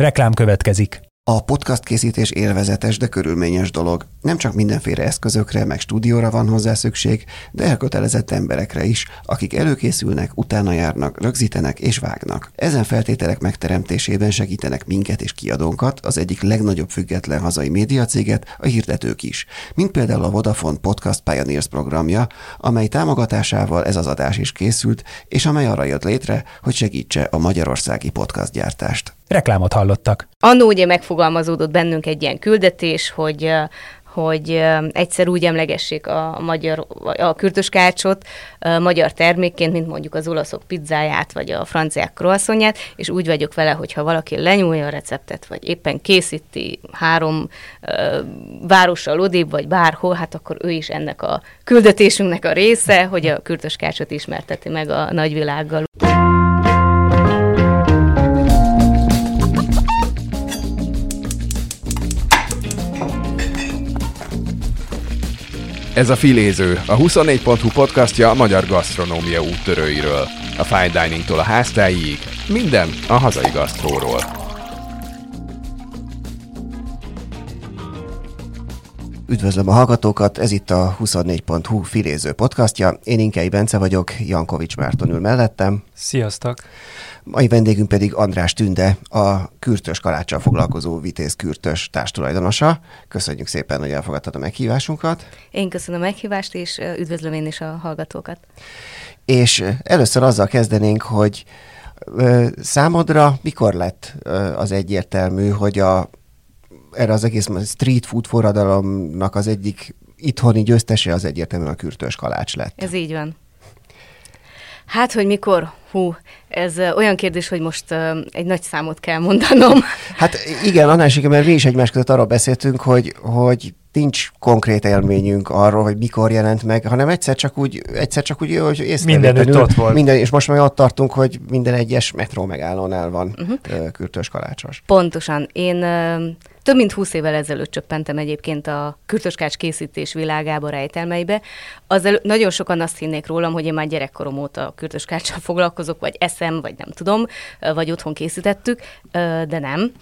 Reklám következik. A podcast készítés élvezetes, de körülményes dolog. Nem csak mindenféle eszközökre, meg stúdióra van hozzá szükség, de elkötelezett emberekre is, akik előkészülnek, utána járnak, rögzítenek és vágnak. Ezen feltételek megteremtésében segítenek minket és kiadónkat, az egyik legnagyobb független hazai médiacéget, a hirdetők is. Mint például a Vodafone Podcast Pioneers programja, amely támogatásával ez az adás is készült, és amely arra jött létre, hogy segítse a magyarországi podcast gyártást. Reklámot hallottak. Annó ugye megfogalmazódott bennünk egy ilyen küldetés, hogy egyszer úgy emlegessék a kürtöskácsot magyar termékként, mint mondjuk az olaszok pizzáját, vagy a franciák croissantját, és úgy vagyok vele, hogyha valaki lenyúlja a receptet, vagy éppen készíti 3 várossal odébb, vagy bárhol, hát akkor ő is ennek a küldetésünknek a része, hogy a kürtöskácsot ismerteti meg a nagyvilággal. Ez a Filéző, a 24.hu podcastja a magyar gasztronómia úttörőiről. A fine diningtól a háztáig, minden a hazai gasztróról. Üdvözlöm a hallgatókat, ez itt a 24.hu Filéző podcastja. Én Inkei Bence vagyok, Jankovics Márton ül mellettem. Sziasztok! Mai vendégünk pedig András Tünde, a kürtös kaláccsal foglalkozó Vitéz Kürtös társtulajdonosa. Köszönjük szépen, hogy elfogadtad a meghívásunkat. Én köszönöm a meghívást, és üdvözlöm én is a hallgatókat. És először azzal kezdenénk, hogy számodra mikor lett az egyértelmű, hogy erre az egész street food forradalomnak az egyik itthoni győztese az egyértelműen a kürtös kalács lett? Ez így van. Hát, hogy mikor? Ez olyan kérdés, hogy most egy nagy számot kell mondanom. Hát igen, annál is, mert mi is egymás között arról beszéltünk, hogy nincs konkrét élményünk arról, hogy mikor jelent meg, hanem egyszer csak úgy hogy mindenütt ott volt. És most már ott tartunk, hogy minden egyes metró megállónál van kürtös kalácsos. Pontosan. Én több mint 20 évvel ezelőtt csöppentem egyébként a kürtöskács készítés világába, rejtelmeibe. Nagyon sokan azt hinnék rólam, hogy én már gyerekkorom óta kürtöskáccsal foglalkozok, vagy eszem, vagy nem tudom, vagy otthon készítettük, de nem.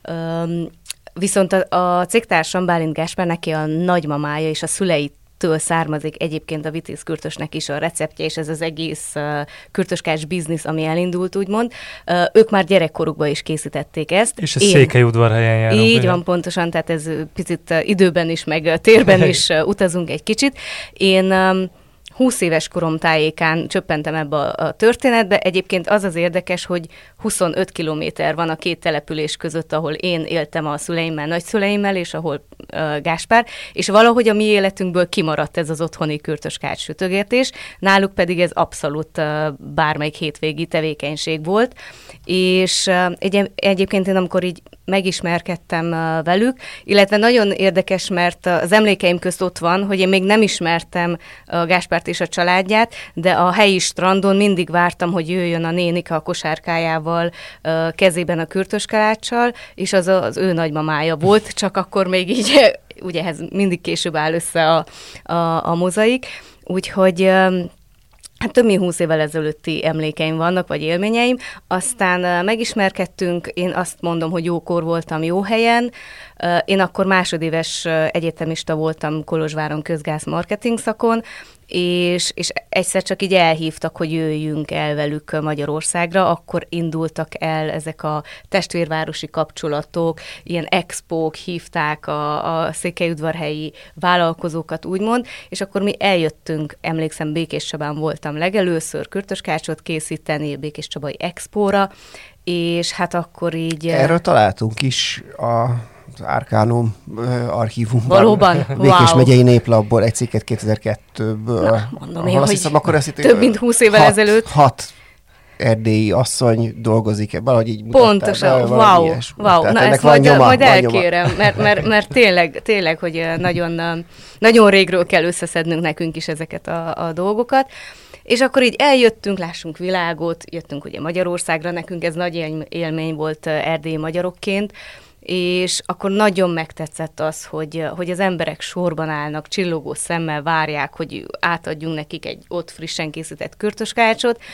Viszont a cégtársam Bálint Gáspár, neki a nagymamája és a szüleitől származik egyébként a Vitéz Kürtösnek is a receptje, és ez az egész kürtöskács biznisz, ami elindult, úgymond. Ők már gyerekkorukban is készítették ezt. És a Székelyudvarhelyen járunk. Így van, pontosan, tehát ez picit időben is, meg térben is utazunk egy kicsit. Én 20 éves korom tájékán csöppentem ebbe a történetbe. Egyébként az érdekes, hogy 25 kilométer van a két település között, ahol én éltem a szüleimmel, nagyszüleimmel, és ahol Gáspár, és valahogy a mi életünkből kimaradt ez az otthoni kürtöskács sütögértés, náluk pedig ez abszolút bármelyik hétvégi tevékenység volt, és egyébként én amikor így megismerkedtem velük, illetve nagyon érdekes, mert az emlékeim közt ott van, hogy én még nem ismertem a Gáspárt és a családját, de a helyi strandon mindig vártam, hogy jöjjön a nénike a kosárkájával, kezében a kürtöskaláccsal, és az ő nagymamája volt, csak akkor még így, ugye ez mindig később áll össze a mozaik, úgyhogy hát több mint 20 évvel ezelőtti emlékeim vannak, vagy élményeim. Aztán megismerkedtünk, én azt mondom, hogy jókor voltam jó helyen. Én akkor másodéves egyetemista voltam Kolozsváron közgáz marketing szakon, és egyszer csak így elhívtak, hogy jöjjünk el velük Magyarországra, akkor indultak el ezek a testvérvárosi kapcsolatok, ilyen expók, hívták a székelyudvarhelyi vállalkozókat, úgymond, és akkor mi eljöttünk, emlékszem, Békés Csabán voltam legelőször kürtöskácsot készíteni, Békés Csabai expóra, és hát akkor így... Erről találtunk is az Arcanum archívumban. Valóban? Békés megyei néplapból egy cikket 2002-ből. Mondom én, hogy hiszem, akkor több mint 20 évvel ezelőtt. 6 erdélyi asszony dolgozik, valahogy így mutattál. Pontosan, wow. Na ezt majd elkérem, mert tényleg, hogy nagyon régről kell összeszednünk nekünk is ezeket a dolgokat. És akkor így eljöttünk, lássunk világot, jöttünk ugye Magyarországra, nekünk ez nagy élmény volt erdélyi magyarokként, és akkor nagyon megtetszett az, hogy az emberek sorban állnak, csillogó szemmel várják, hogy átadjunk nekik egy ott frissen készített kürtöskácsot,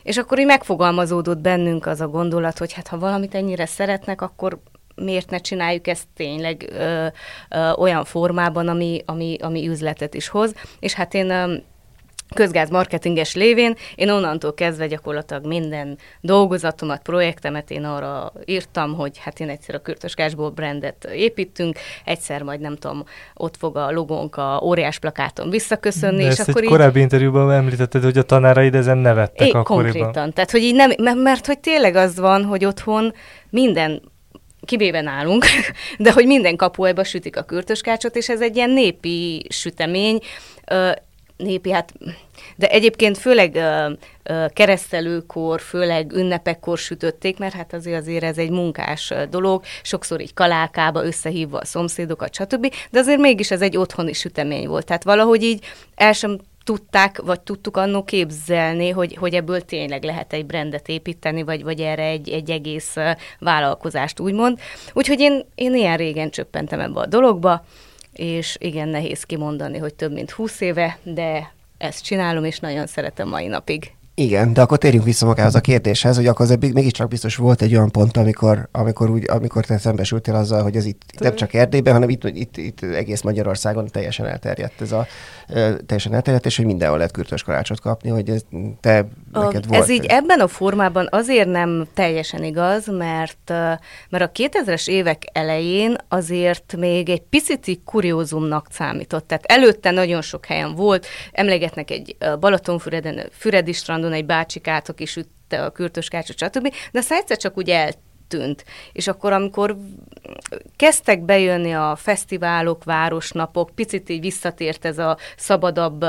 És akkor így megfogalmazódott bennünk az a gondolat, hogy hát ha valamit ennyire szeretnek, akkor miért ne csináljuk ezt tényleg olyan formában, ami üzletet is hoz. És hát én közgázmarketinges lévén, én onnantól kezdve gyakorlatilag minden dolgozatomat, projektemet én arra írtam, hogy hát én egyszer a Kürtös Gáspol brandet építünk, egyszer majd nem tudom, ott fog a logónk a óriás plakáton visszaköszönni. És akkor egy korábbi interjúban említetted, hogy a tanáraid ezen nevettek akkoriban. Konkrétan. Tehát, hogy így nem, mert hogy tényleg az van, hogy otthon minden kivéve nálunk, de hogy minden kapuajba sütik a kürtöskácsot, és ez egy ilyen népi sütemény, népi, hát, de egyébként főleg keresztelőkor, főleg ünnepekkor sütötték, mert hát azért ez egy munkás dolog, sokszor így kalákába összehívva a szomszédokat, stb., de azért mégis ez egy otthoni sütemény volt. Tehát valahogy így el sem tudták, vagy tudtuk annó képzelni, hogy ebből tényleg lehet egy brandet építeni, vagy erre egy egész vállalkozást úgymond. Úgyhogy én ilyen régen csöppentem ebbe a dologba, és igen, nehéz kimondani, hogy több mint 20 éve, de ezt csinálom, és nagyon szeretem mai napig. Igen, de akkor térjünk vissza magához a kérdéshez, hogy akkor azért mégiscsak biztos volt egy olyan pont, amikor te szembesültél azzal, hogy ez itt nem csak Erdélyben, hanem itt egész Magyarországon teljesen elterjedt és hogy mindenhol lehet kürtös kalácsot kapni, hogy neked volt. Ez így ebben a formában azért nem teljesen igaz, mert a 2000-es évek elején azért még egy picit így kuriózumnak számított. Tehát előtte nagyon sok helyen volt, emlegetnek egy Balatonfüreden, Füredi strandon egy bácsikát, aki sütte a kürtöskácsot, stb., de aztán egyszer csak úgy eltűnt. És akkor, amikor kezdtek bejönni a fesztiválok, városnapok, picit így visszatért ez a szabadabb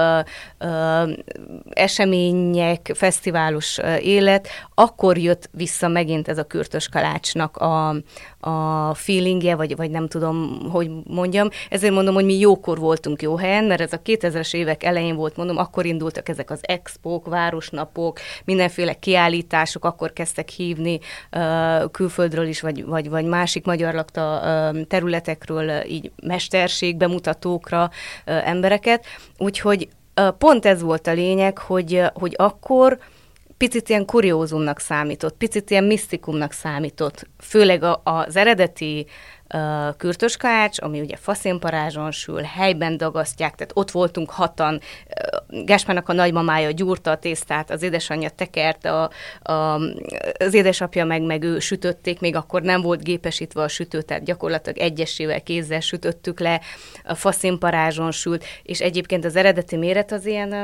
események, fesztiválos élet, akkor jött vissza megint ez a kürtös kalácsnak a feelingje, vagy nem tudom, hogy mondjam. Ezért mondom, hogy mi jókor voltunk jó helyen, mert ez a 2000-es évek elején volt, mondom, akkor indultak ezek az expók, városnapok, mindenféle kiállítások, akkor kezdtek hívni külföldről is, vagy másik magyar lakta területekről így mesterségbemutatókra embereket. Úgyhogy pont ez volt a lényeg, hogy akkor picit ilyen kuriózumnak számított, picit ilyen misztikumnak számított. Főleg az eredeti kürtöskalács, ami ugye faszénparázson sül, helyben dagasztják, tehát ott voltunk hatan, Gáspárnak a nagymamája gyúrta a tésztát, az édesanyja tekert, az édesapja meg ő sütötték, még akkor nem volt gépesítve a sütő, tehát gyakorlatilag egyesével, kézzel sütöttük le, a faszénparázson sült, és egyébként az eredeti méret az ilyen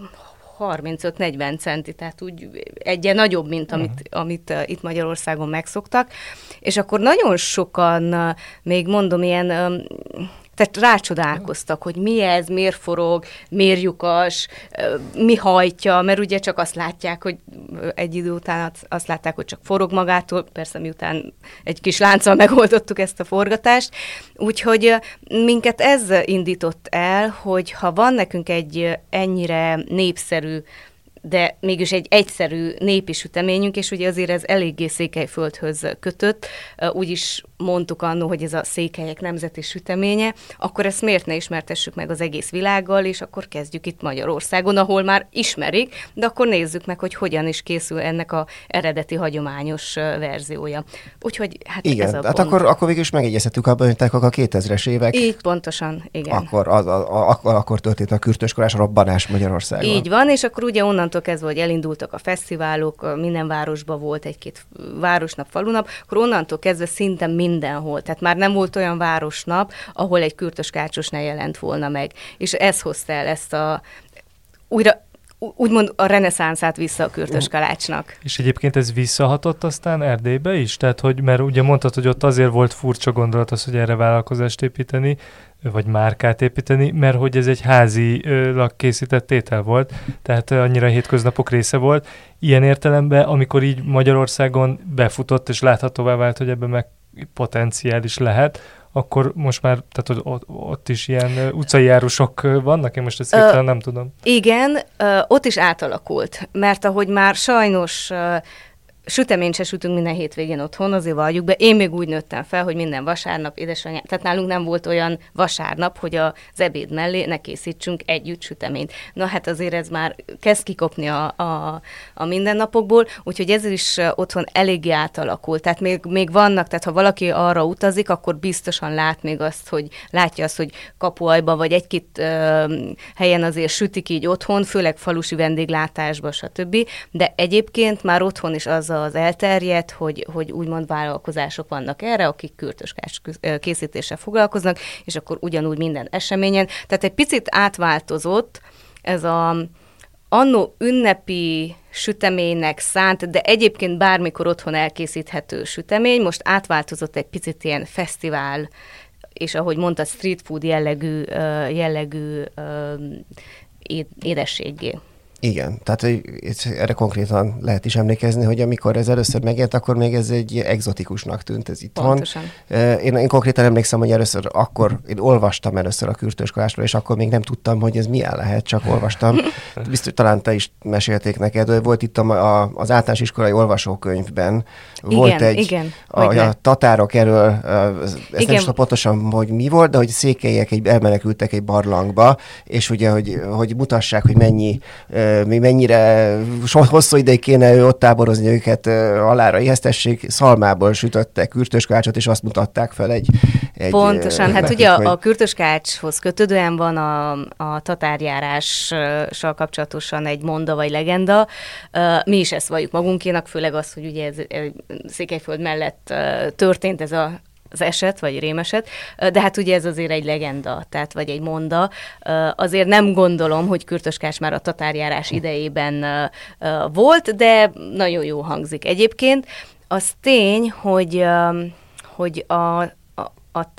35-40 centi, tehát úgy egyen nagyobb, mint amit itt Magyarországon megszoktak. És akkor nagyon sokan, még mondom, ilyen, tehát rácsodálkoztak, hogy mi ez, miért forog, miért lyukas, mi hajtja, mert ugye csak azt látják, hogy egy idő után azt látták, hogy csak forog magától, persze miután egy kis lánccal megoldottuk ezt a forgatást. Úgyhogy minket ez indított el, hogy ha van nekünk egy ennyire népszerű, de mégis egy egyszerű népi süteményünk, és ugye azért ez eléggé Székelyföldhöz kötött, úgy is mondtuk annó, hogy ez a székelyek nemzeti süteménye, akkor ezt miért ne ismertessük meg az egész világgal, és akkor kezdjük itt Magyarországon, ahol már ismerik, de akkor nézzük meg, hogy hogyan is készül ennek a eredeti hagyományos verziója. Úgyhogy hát igen, ez a hát pont. akkor végül is megegyezhetünk abban, hogy a 2000-es évek. Így pontosan, igen. Akkor történt a kürtöskolás robbanás Magyarországon. Így van, és akkor ugye onnantól kezdve, hogy elindultak a fesztiválok, minden városban volt egy-két városnap, falunap, akkor onnantól kezdve szinte mindenhol. Tehát már nem volt olyan városnap, ahol egy kürtöskácsos ne jelent volna meg. És ez hozta el ezt újra úgymond a reneszánszát vissza a kürtöskalácsnak. És egyébként ez visszahatott aztán Erdélybe is? Tehát, mert ugye mondtad, hogy ott azért volt furcsa gondolat az, hogy erre vállalkozást építeni, vagy márkát építeni, mert hogy ez egy házilag készített étel volt, tehát annyira hétköznapok része volt. Ilyen értelemben, amikor így Magyarországon befutott, és láthatóvá vált, hogy ebben meg potenciál is lehet, akkor most már, tehát ott is ilyen utcai járusok vannak? Én most ezt hirtelen nem tudom. Igen, ott is átalakult, mert ahogy már sajnos süteményt se sütünk minden hétvégén otthon, azért valljuk be. Én még úgy nőttem fel, hogy minden vasárnap édesanyám, tehát nálunk nem volt olyan vasárnap, hogy az ebéd mellé ne készítsünk együtt süteményt. Na hát azért ez már kezd kikopni a mindennapokból, úgyhogy ez is otthon eléggé átalakult. Tehát még vannak, tehát ha valaki arra utazik, akkor biztosan látja azt, hogy Kapuajban vagy egy-két helyen azért sütik így otthon, főleg falusi vendéglátásba, stb. De egyébként már otthon is az elterjedt, hogy úgymond vállalkozások vannak erre, akik kürtöskás készítéssel foglalkoznak, és akkor ugyanúgy minden eseményen. Tehát egy picit átváltozott ez annó ünnepi süteménynek szánt, de egyébként bármikor otthon elkészíthető sütemény, most átváltozott egy picit ilyen fesztivál, és ahogy mondta, street food jellegű édességgé. Igen, tehát erre konkrétan lehet is emlékezni, hogy amikor ez először megjelent, akkor még ez egy egzotikusnak tűnt ez itthon. Pontosan. Én konkrétan emlékszem, hogy én olvastam először a kürtöskolásról, és akkor még nem tudtam, hogy ez milyen lehet, csak olvastam. Biztos, talán te is mesélték neked, hogy volt itt az általános iskolai olvasókönyvben. Volt a tatárok erről, ezt nem is tudom pontosan, hogy mi volt, de hogy székelyek elmenekültek egy barlangba, és ugye, hogy mutassák, hogy mennyire hosszú ideig kéne ott táborozni őket, halára éheztessék, szalmából sütöttek kürtöskácsot, és azt mutatták fel egy pontosan, hát ugye a kürtöskácshoz kötődően van a tatárjárással kapcsolatosan egy monda vagy legenda. Mi is ezt valljuk magunkénak, főleg az, hogy ugye ez Székelyföld mellett történt ez az eset, vagy rémeset, de hát ugye ez azért egy legenda, tehát vagy egy monda. Azért nem gondolom, hogy kürtöskás már a tatárjárás idejében volt, de nagyon jó hangzik. Egyébként az tény, hogy a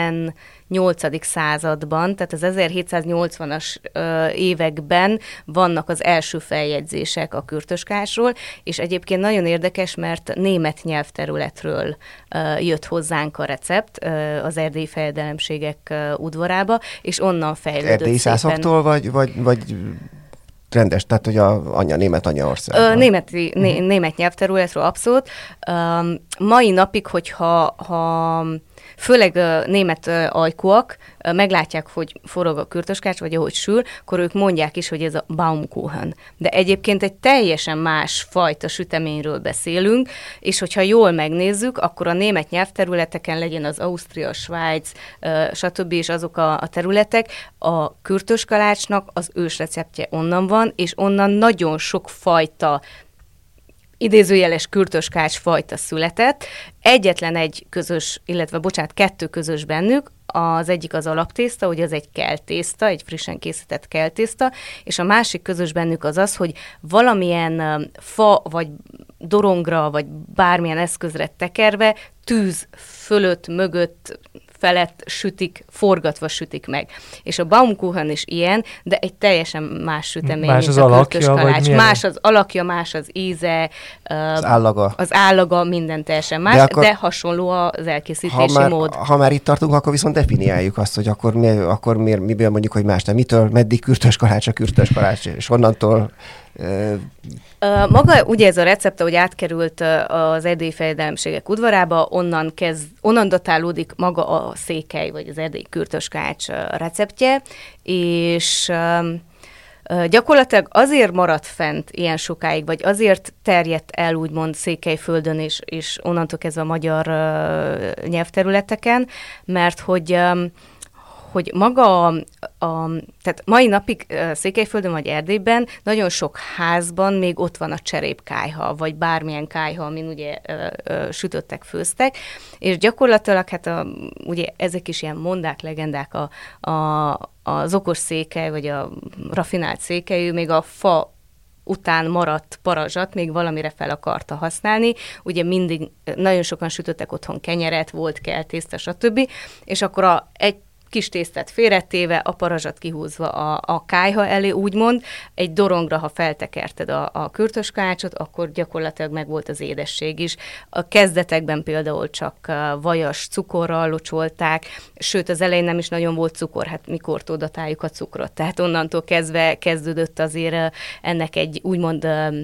18. században, tehát az 1780-as években vannak az első feljegyzések a kürtöskásról, és egyébként nagyon érdekes, mert német nyelvterületről jött hozzánk a recept az erdélyi fejedelemségek udvarába, és onnan fejlődött erdélyi szászoktól, vagy rendes, tehát hogy a német anyaország. Német nyelvterületről abszolút. Mai napig, hogyha főleg német ajkúak meglátják, hogy forog a kürtöskács, vagy ahogy sül, akkor ők mondják is, hogy ez a Baumkuchen. De egyébként egy teljesen más fajta süteményről beszélünk, és hogyha jól megnézzük, akkor a német nyelvterületeken, legyen az Ausztria, Svájc, stb. És azok a területek, a kürtöskalácsnak az ősreceptje onnan van, és onnan nagyon sok fajta idézőjeles kürtöskács fajta született. Egyetlen egy közös, kettő közös bennük, az egyik az alaptészta, hogy az egy keltészta, egy frissen készített keltészta, és a másik közös bennük az, hogy valamilyen fa, vagy dorongra, vagy bármilyen eszközre tekerve, tűz fölött, mögött, felett forgatva sütik meg. És a Baumkuchen is ilyen, de egy teljesen más sütemény, más az alakja, vagy más az alakja, más az íze, az állaga, minden teljesen más, de hasonló az elkészítési mód. Ha már itt tartunk, akkor viszont definiáljuk azt, hogy akkor miből mondjuk, hogy más, de mitől, meddig kürtöskalács a kürtöskalács, és onnantól... Maga ugye ez a recept, hogy átkerült az erdélyi fejedelemségek udvarába, onnan datálódik maga a székely, vagy az erdélyi kürtöskács receptje, és gyakorlatilag azért maradt fent ilyen sokáig, vagy azért terjedt el úgymond Székelyföldön és onnantól kezdve a magyar nyelvterületeken, mert hogy maga tehát mai napig Székelyföldön vagy Erdélyben nagyon sok házban még ott van a cserépkályha, vagy bármilyen kályha, amin ugye sütöttek, főztek, és gyakorlatilag hát ugye ezek is ilyen mondák, legendák az okos székely, vagy a rafinált székelyű, még a fa után maradt parazsat még valamire fel akarta használni. Ugye mindig nagyon sokan sütöttek otthon kenyeret, volt keltészta, stb. És akkor egy kis tésztát félretéve, a parazsat kihúzva a kályha elé, úgymond, egy dorongra, ha feltekerted a kürtöskácsot, akkor gyakorlatilag meg volt az édesség is. A kezdetekben például csak vajas cukorral locsolták, sőt, az elején nem is nagyon volt cukor, hát mikortól datáljuk a cukrot. Tehát onnantól kezdve kezdődött azért ennek egy úgymond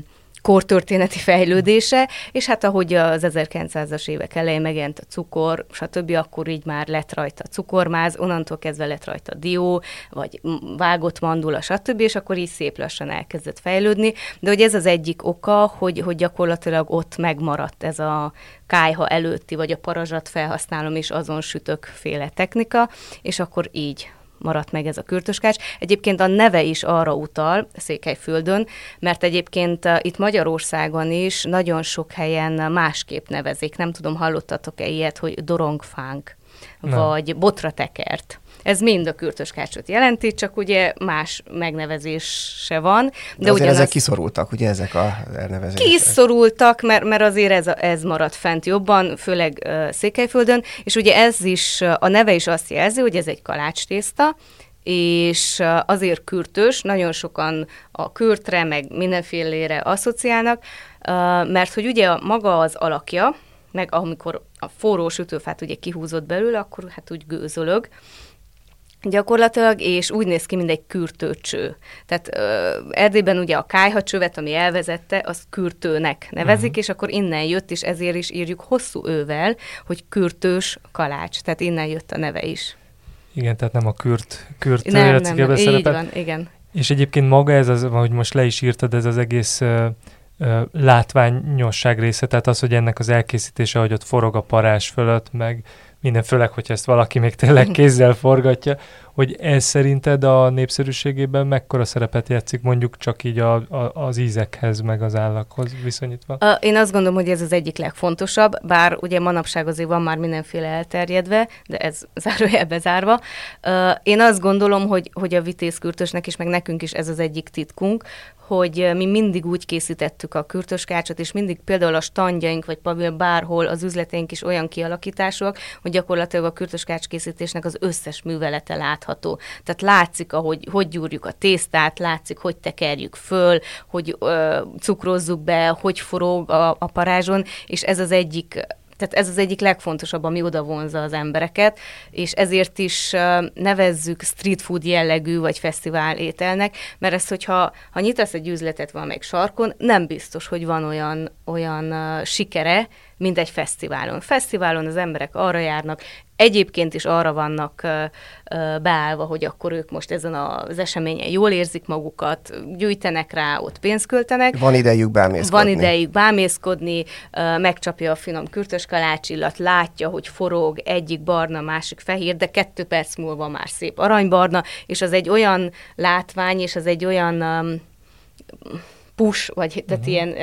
kortörténeti fejlődése, és hát ahogy az 1900-as évek elején megjelent a cukor, stb., akkor így már lett rajta cukormáz, onnantól kezdve lett rajta dió, vagy vágott mandula, stb., és akkor így szép lassan elkezdett fejlődni. De hogy ez az egyik oka, hogy gyakorlatilag ott megmaradt ez a kályha előtti, vagy a parazsat felhasználom, és azon sütök féle technika, és akkor így maradt meg ez a kürtöskács. Egyébként a neve is arra utal, Székelyföldön, mert egyébként itt Magyarországon is nagyon sok helyen másképp nevezik. Nem tudom, hallottatok-e ilyet, hogy dorongfánk, vagy botratekert. Ez mind a kürtöskácsot jelenti, csak ugye más megnevezése van. De azért ezek kiszorultak, ugye ezek a elnevezések? Kiszorultak, mert azért ez maradt fent jobban, főleg Székelyföldön, és ugye ez is, a neve is azt jelzi, hogy ez egy kalácstészta, és azért kürtös, nagyon sokan a kürtre, meg mindenfélére asszociálnak, mert hogy ugye maga az alakja, meg amikor a forró sütőfát ugye kihúzott belőle, akkor hát úgy gőzölög, gyakorlatilag, és úgy néz ki, mint egy kürtőcső. Tehát Erdélyben ugye a kályhacsövet, ami elvezette, azt kürtőnek nevezik, és akkor innen jött, és ezért is írjuk hosszú ővel, hogy kürtős kalács. Tehát innen jött a neve is. Igen, tehát nem a kürt nem, így van, igen. És egyébként maga ez az, ahogy most le is írtad, ez az egész látványosság része, tehát az, hogy ennek az elkészítése, hogy ott forog a parázs fölött, meg minden, főleg, hogyha ezt valaki még tényleg kézzel forgatja, hogy ez szerinted a népszerűségében mekkora szerepet játszik, mondjuk csak így az ízekhez, meg az állaghoz viszonyítva? Én azt gondolom, hogy ez az egyik legfontosabb, bár ugye manapság azért van már mindenféle elterjedve, de ez zárójelbe zárva. Én azt gondolom, hogy a vitézkürtösnek is, meg nekünk is ez az egyik titkunk, hogy mi mindig úgy készítettük a kürtöskácsot, és mindig például a standjaink, vagy bárhol az üzleteink is olyan kialakításúak, hogy gyakorlatilag a kürtöskács készítésnek az összes művelete látható. Tehát látszik, hogy gyúrjuk a tésztát, látszik, hogy tekerjük föl, hogy cukrozzuk be, hogy forog a parázson, és ez az egyik legfontosabb, ami oda vonzza az embereket, és ezért is nevezzük street food jellegű, vagy fesztivál ételnek, mert ez, hogyha nyitasz egy üzletet valamelyik sarkon, nem biztos, hogy van olyan sikere, mint egy fesztiválon. Fesztiválon az emberek arra járnak, egyébként is arra vannak beállva, hogy akkor ők most ezen az eseményen jól érzik magukat, gyűjtenek rá, ott pénzt költenek. Van idejük bámészkodni. Megcsapja a finom kürtöskalács illat, látja, hogy forog, egyik barna, másik fehér, de 2 perc múlva már szép aranybarna, és az egy olyan látvány, és az egy olyan push, vagy tehát ilyen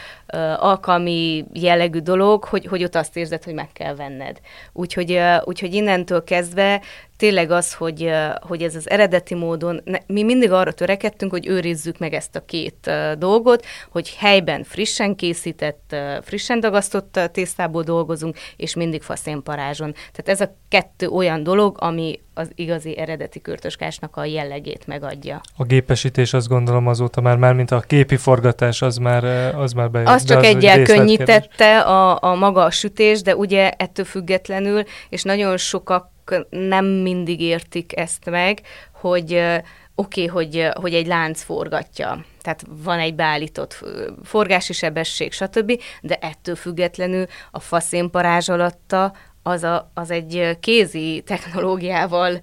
alkalmi jellegű dolog, hogy ott azt érzed, hogy meg kell venned. Úgyhogy innentől kezdve tényleg az, hogy ez az eredeti módon, mi mindig arra törekedtünk, hogy őrizzük meg ezt a két dolgot, hogy helyben frissen készített, frissen dagasztott tésztából dolgozunk, és mindig faszénparázson. Tehát ez a 2 olyan dolog, ami az igazi eredeti kürtöskácsnak a jellegét megadja. A gépesítés, azt gondolom azóta már mint a képi forgatás, az már bejött. Az csak egy elkönnyítette a maga a sütés, de ugye ettől függetlenül, és nagyon sokak nem mindig értik ezt meg, hogy hogy egy lánc forgatja. Tehát van egy beállított forgási sebesség, stb., de ettől függetlenül a faszénparázs alatta az egy kézi technológiával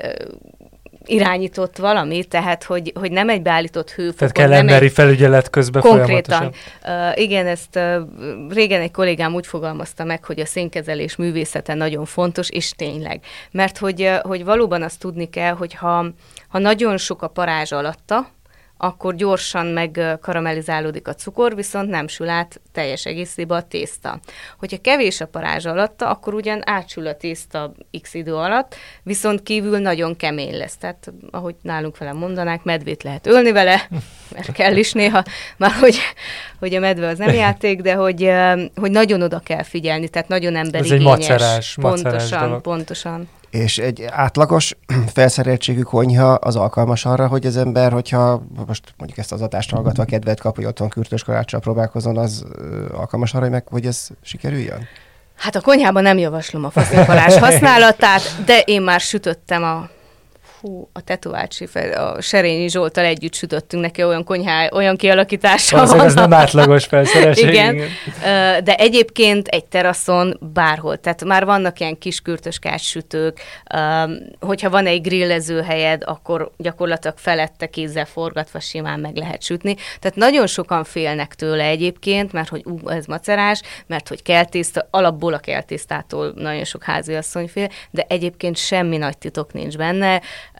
irányított valami, tehát hogy nem egy beállított hőfokon. Tehát kell emberi felügyelet közben konkrétan. Folyamatosan. Igen, ezt régen egy kollégám úgy fogalmazta meg, hogy a szénkezelés művészete nagyon fontos, és tényleg. Mert hogy valóban azt tudni kell, hogy ha nagyon sok a parázs alatta, akkor gyorsan megkaramellizálódik a cukor, viszont nem sül át teljes egészében a tészta. Hogyha kevés a parázs alatta, akkor ugyan átsül a tészta x idő alatt, viszont kívül nagyon kemény lesz. Tehát, ahogy nálunk vele mondanák, medvét lehet ölni vele, mert kell is néha, már hogy a medve az nem játék, de hogy nagyon oda kell figyelni, tehát nagyon emberigényes. Ez egy macerás dolog. Pontosan. És egy átlagos felszereltségű konyha az alkalmas arra, hogy az ember, hogyha most mondjuk ezt az adást hallgatva kedvet kap, hogy otthon kürtöskaláccsal próbálkozon, az alkalmas arra, hogy ez sikerüljön? Hát a konyhában nem javaslom a faszénparázs használatát, de én már sütöttem a tetovácsi a Serényi Zsolttal együtt sütöttünk neki olyan kialakítással. Valószínűleg ez nem átlagos felszereltség. Igen, de egyébként egy teraszon bárhol, tehát már vannak ilyen kis kürtöskács sütők, hogyha van egy grillező helyed, akkor gyakorlatilag felette kézzel forgatva simán meg lehet sütni. Tehát nagyon sokan félnek tőle egyébként, mert hogy ez macerás, mert hogy keltészta, alapból a keltésztától nagyon sok háziasszony fél, de egyébként semmi nagy titok nincs benne.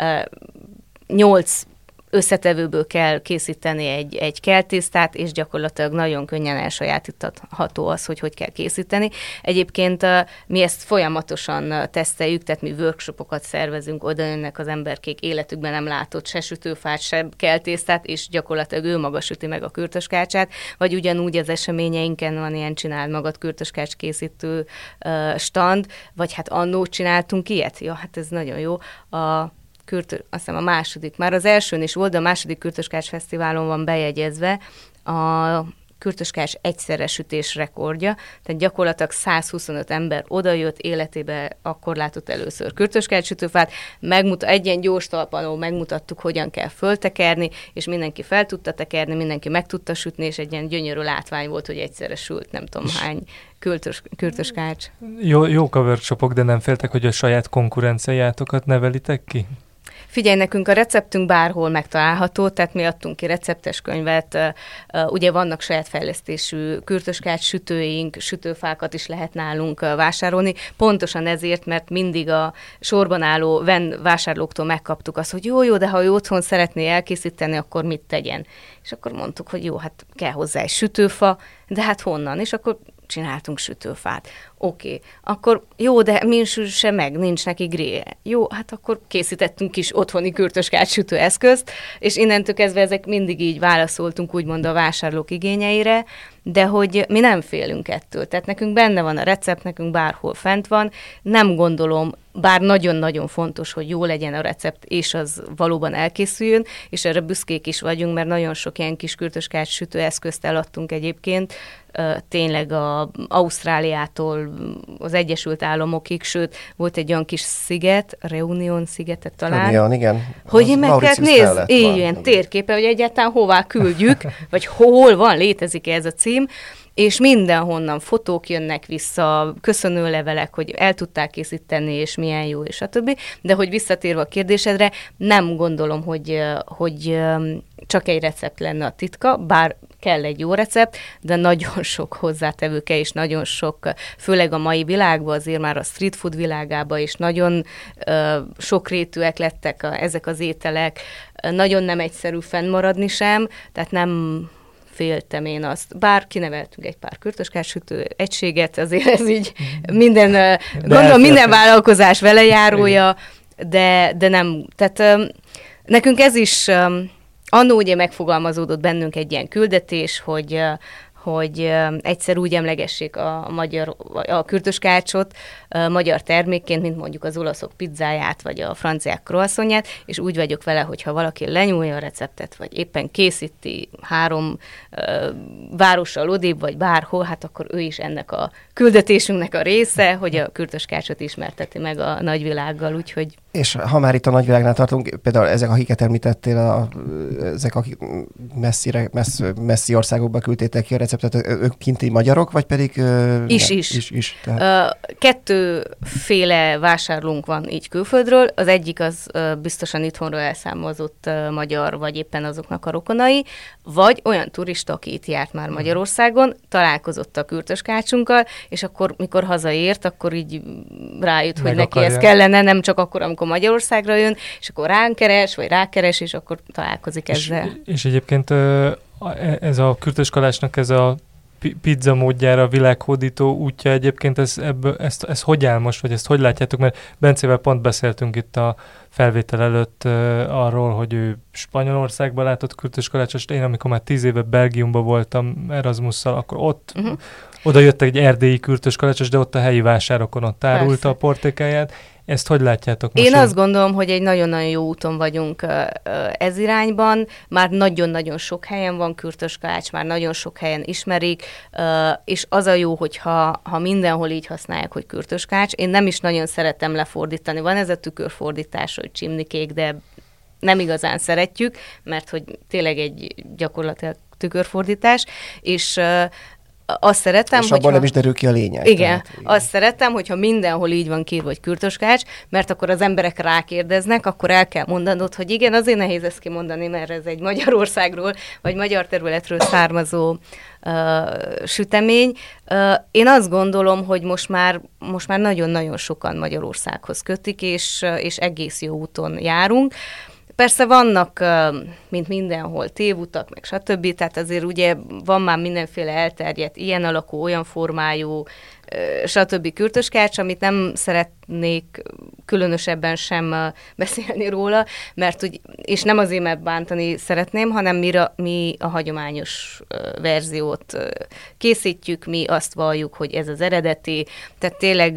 8 összetevőből kell készíteni egy keltésztát, és gyakorlatilag nagyon könnyen elsajátítható az, hogy kell készíteni. Egyébként mi ezt folyamatosan teszteljük, tehát mi workshopokat szervezünk, oda jönnek az emberkék, életükben nem látott se sütőfát, se keltésztát, és gyakorlatilag ő maga süti meg a kürtöskácsát, vagy ugyanúgy az eseményeinken van ilyen csináld magad kürtöskács készítő stand, vagy hát annó csináltunk ilyet. Ja, hát ez nagyon jó. Azt hiszem a második, már az elsőn is volt, de a második Kürtöskács Fesztiválon van bejegyezve a kürtöskács egyszerre sütés rekordja, tehát gyakorlatilag 125 ember odajött, életébe akkor látott először kürtöskács sütőfát, egy ilyen gyors talpalón megmutattuk, hogyan kell föltekerni, és mindenki fel tudta tekerni, mindenki meg tudta sütni, és egy ilyen gyönyörű látvány volt, hogy egyszerre sült, nem tudom hány kürtöskács. Jók a workshopok, de nem féltek, hogy a saját konkurenciátokat nevelitek ki? Figyelj, nekünk a receptünk bárhol megtalálható, tehát mi adtunk ki receptes könyvet, ugye vannak saját fejlesztésű kürtöskács sütőink, sütőfákat is lehet nálunk vásárolni, pontosan ezért, mert mindig a sorban álló vásárlóktól megkaptuk azt, hogy jó, de ha ő otthon szeretné elkészíteni, akkor mit tegyen? És akkor mondtuk, hogy jó, hát kell hozzá egy sütőfa, de hát honnan? És akkor csináltunk sütőfát. Oké. Akkor jó, de min süsse meg, nincs neki grillje. Jó, hát akkor készítettünk kis otthoni kürtöskács sütőeszközt, és innentől kezdve ezek mindig így válaszoltunk, úgymond a vásárlók igényeire, de hogy mi nem félünk ettől. Tehát nekünk benne van a recept, nekünk bárhol fent van. Nem gondolom, bár nagyon-nagyon fontos, hogy jó legyen a recept, és az valóban elkészüljön, és erre büszkék is vagyunk, mert nagyon sok ilyen kis kürtöskács sütőeszközt eladtunk egyébként, tényleg Ausztráliától az Egyesült Államokig, sőt, volt egy olyan kis sziget, Reunion szigetet talán. Reunion, igen. Hogy én meg kellett nézni, ilyen térképe, hogy egyáltalán hová küldjük, vagy hol van, létezik ez a cím, és mindenhonnan fotók jönnek vissza, köszönőlevelek, hogy el tudták készíteni, és milyen jó, és a többi. De hogy visszatérve a kérdésedre, nem gondolom, hogy csak egy recept lenne a titka, bár kell egy jó recept, de nagyon sok hozzátevőke, és nagyon sok, főleg a mai világban, azért már a street food világában is nagyon sokrétűek lettek ezek az ételek, nagyon nem egyszerű fennmaradni sem, tehát nem féltem én azt. Bár kineveltünk egy pár kürtöskács sütő egységet, azért ez így gondolom minden vállalkozás velejárója, de nem. Tehát nekünk ez is annó ugye megfogalmazódott bennünk egy ilyen küldetés, hogy egyszer úgy emlegessék a kürtöskácsot magyar termékként, mint mondjuk az olaszok pizzáját, vagy a franciák croissantját, és úgy vagyok vele, hogyha valaki lenyúlja a receptet, vagy éppen készíti 3 várossal odébb, vagy bárhol, hát akkor ő is ennek a küldetésünknek a része, hogy a kürtöskácsot ismerteti meg a nagyvilággal, úgyhogy... És ha már itt a nagyvilágnál tartunk, például ezek, akiket említettél, ezek, akik messzi országokba küldtétek ki a receptet, ők kinti magyarok, vagy pedig... Is. Kettőféle vásárlónk van így külföldről. Az egyik az biztosan itthonról elszámozott magyar, vagy éppen azoknak a rokonai, vagy olyan turista, aki itt járt már Magyarországon, találkozott a kürtöskácsunkkal, és akkor, mikor hazaért, akkor így rájött, hogy neki ez kellene, nem csak akkor, amikor Magyarországra jön, és akkor ránk keres, vagy rákeres, és akkor találkozik ezzel. És egyébként ez a kürtöskalásnak ez a pizza módjára világhódító útja egyébként, ez hogy áll most, vagy ezt hogy látjátok? Mert Bencével pont beszéltünk itt a felvétel előtt arról, hogy ő Spanyolországban látott kürtöskalácsost. Én, amikor már 10 éve Belgiumban voltam Erasmusszal, akkor ott oda jött egy erdélyi kürtöskalácsos, de ott a helyi vásárokon ott árulta a portékáját. Ezt hogy látjátok most? Én azt gondolom, hogy egy nagyon-nagyon jó úton vagyunk ez irányban. Már nagyon-nagyon sok helyen van kürtöskalács, már nagyon sok helyen ismerik, és az a jó, hogyha mindenhol így használják, hogy kürtöskalács. Én nem is nagyon szeretem lefordítani. Van ez a tükörfordítás, hogy csimnikék, de nem igazán szeretjük, mert hogy tényleg egy gyakorlatilag tükörfordítás, és azt szeretem, és abból nem is derül ki a lényeg. Igen, azt szeretem, hogyha mindenhol így van kiírva, hogy kürtöskács, mert akkor az emberek rákérdeznek, akkor el kell mondanod, hogy igen, azért nehéz ezt kimondani, mert ez egy Magyarországról, vagy magyar területről származó sütemény. Én azt gondolom, hogy most már nagyon-nagyon sokan Magyarországhoz kötik, és egész jó úton járunk. Persze vannak, mint mindenhol, tévutak, meg stb. Tehát azért ugye van már mindenféle elterjedt, ilyen alakú, olyan formájú, stb. Kürtöskács, amit nem szeretnék különösebben sem beszélni róla, mert és nem azért, mert bántani szeretném, hanem mi a hagyományos verziót készítjük, mi azt valljuk, hogy ez az eredeti, tehát tényleg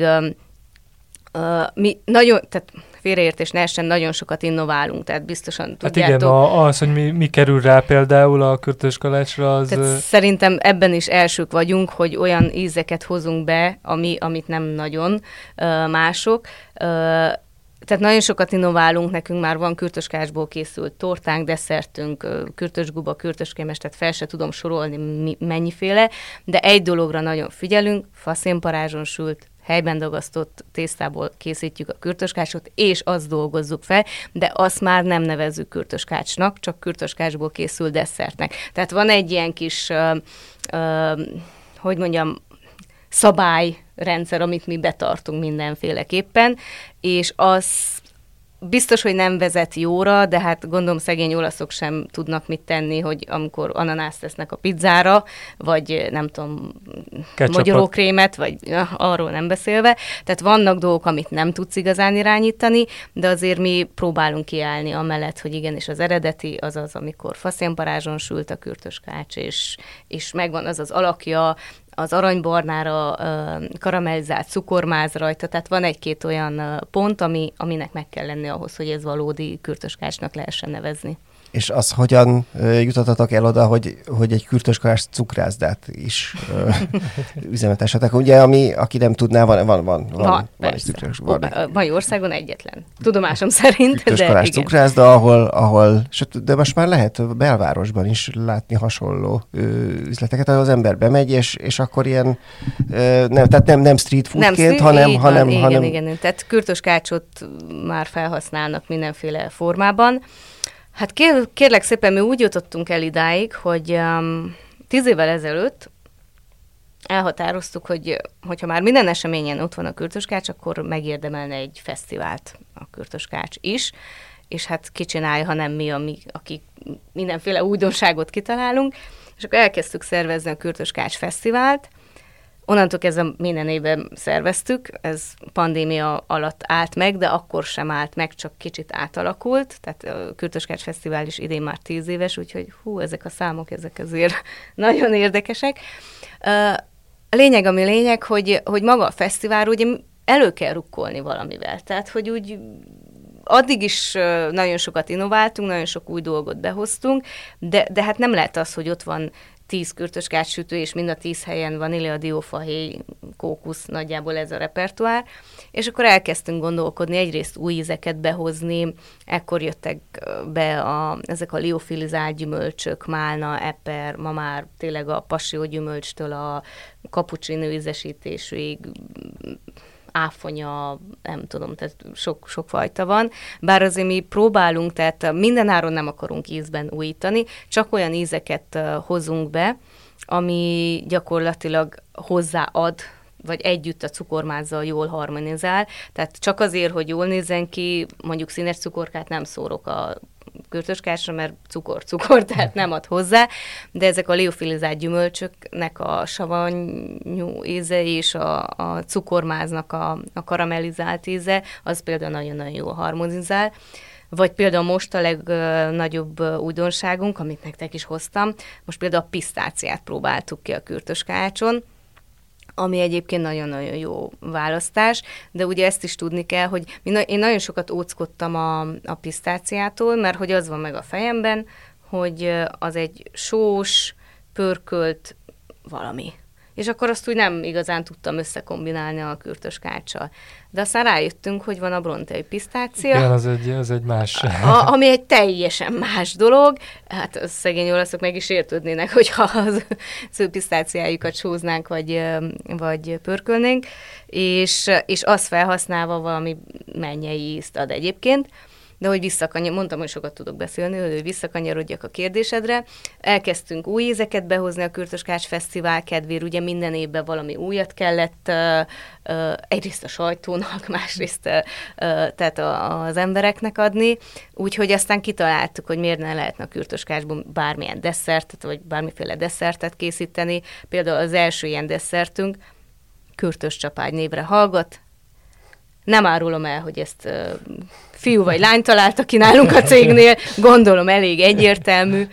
mi nagyon, tehát félreértés ne essen, nagyon sokat innoválunk, tehát biztosan tudjátok. Hát igen, az, hogy mi kerül rá például a kürtös kalácsra, az... Tehát szerintem ebben is elsők vagyunk, hogy olyan ízeket hozunk be, amit nem nagyon mások. Tehát nagyon sokat innoválunk, nekünk már van kürtöskácsból készült tortánk, desszertünk, kürtösguba, kürtöskémes, tehát fel se tudom sorolni mennyiféle, de egy dologra nagyon figyelünk, faszénparázson sült, helyben dagasztott tésztából készítjük a kürtöskácsot, és azt dolgozzuk fel, de azt már nem nevezzük kürtöskácsnak, csak kürtöskácsból készül desszertnek. Tehát van egy ilyen kis, szabályrendszer, amit mi betartunk mindenféleképpen, és az biztos, hogy nem vezet jóra, de hát gondolom szegény olaszok sem tudnak mit tenni, hogy amikor ananászt tesznek a pizzára, vagy nem tudom, magyarókrémet, vagy arról nem beszélve. Tehát vannak dolgok, amit nem tudsz igazán irányítani, de azért mi próbálunk kiállni amellett, hogy igenis az eredeti, azaz, amikor faszénparázson sült a kürtöskács, és megvan az az alakja, az aranybarnára karamellizált cukormáz rajta, tehát van egy-két olyan pont, aminek meg kell lenni ahhoz, hogy ez valódi kürtöskácsnak lehessen nevezni. És az hogyan jutatatok el oda, hogy egy kürtöskalás cukrászdát is üzemeltessetek? Ugye, aki nem tudná, van egy Magyarországon egyetlen. Tudomásom szerint, kürtöskalás cukrászda, ahol, de most már lehet belvárosban is látni hasonló üzleteket, ahol az ember bemegy, és akkor ilyen, nem street foodként, hanem... Igen. Tehát kürtöskácsot már felhasználnak mindenféle formában. Hát kérlek szépen, mi úgy jutottunk el idáig, hogy 10 évvel ezelőtt elhatároztuk, hogyha már minden eseményen ott van a kürtöskács, akkor megérdemelne egy fesztivált a kürtöskács is, és hát ki csinálja, ha nem mi, akik mindenféle újdonságot kitalálunk, és akkor elkezdtük szervezni a kürtöskács fesztivált. Onnantól kezdve minden évben szerveztük, ez pandémia alatt állt meg, de akkor sem állt meg, csak kicsit átalakult, tehát a Kürtöskács Fesztivál is idén már 10 éves, úgyhogy ezek a számok, ezek azért nagyon érdekesek. A lényeg, ami lényeg, hogy maga a fesztivál ugye elő kell rukkolni valamivel, tehát hogy úgy addig is nagyon sokat innováltunk, nagyon sok új dolgot behoztunk, de hát nem lehet az, hogy ott van 10 kürtöskács sütő, és mind a 10 helyen vanília, diófahéj, kókusz, nagyjából ez a repertoár. És akkor elkezdtünk gondolkodni, egyrészt új ízeket behozni, ekkor jöttek be ezek a liofilizált gyümölcsök, málna, eper, ma már tényleg a passió gyümölcstől a cappuccino ízesítésig, áfonya, nem tudom, tehát sok fajta van. Bár azért mi próbálunk, tehát mindenáron nem akarunk ízben újítani, csak olyan ízeket hozunk be, ami gyakorlatilag hozzáad, vagy együtt a cukormázzal jól harmonizál. Tehát csak azért, hogy jól nézzen ki, mondjuk színes cukorkát nem szórok a kürtöskácsra, mert cukor, tehát nem ad hozzá, de ezek a liofilizált gyümölcsöknek a savanyú íze és a cukormáznak a karamellizált íze, az például nagyon-nagyon jól harmonizál. Vagy például most a legnagyobb újdonságunk, amit nektek is hoztam, most például a pisztáciát próbáltuk ki a kürtöskácson, ami egyébként nagyon-nagyon jó választás, de ugye ezt is tudni kell, hogy én nagyon sokat óckodtam a pisztáciától, mert hogy az van meg a fejemben, hogy az egy sós, pörkölt valami. és akkor azt úgy nem igazán tudtam összekombinálni a kürtöskáccsal. De aztán rájöttünk, hogy van a bronteai pisztácia. Igen, az egy más. Ami egy teljesen más dolog. Hát a szegény olaszok meg is értődnének, hogyha az ő pisztáciájukat sóznánk, vagy pörkölnénk, és azt felhasználva valami mennyei ízt ad egyébként. De hogy mondtam, hogy sokat tudok beszélni, hogy visszakanyarodjak a kérdésedre. Elkezdtünk új ízeket behozni a Kürtöskács Fesztivál kedvéért, ugye minden évben valami újat kellett, egyrészt a sajtónak, másrészt tehát az embereknek adni, úgyhogy aztán kitaláltuk, hogy miért ne lehetne a Kürtöskácsból bármilyen desszertet, vagy bármiféle desszertet készíteni. Például az első ilyen desszertünk kürtöscsapágy névre hallgat. Nem árulom el, hogy ezt fiú vagy lány találta ki nálunk a cégnél, gondolom elég egyértelmű,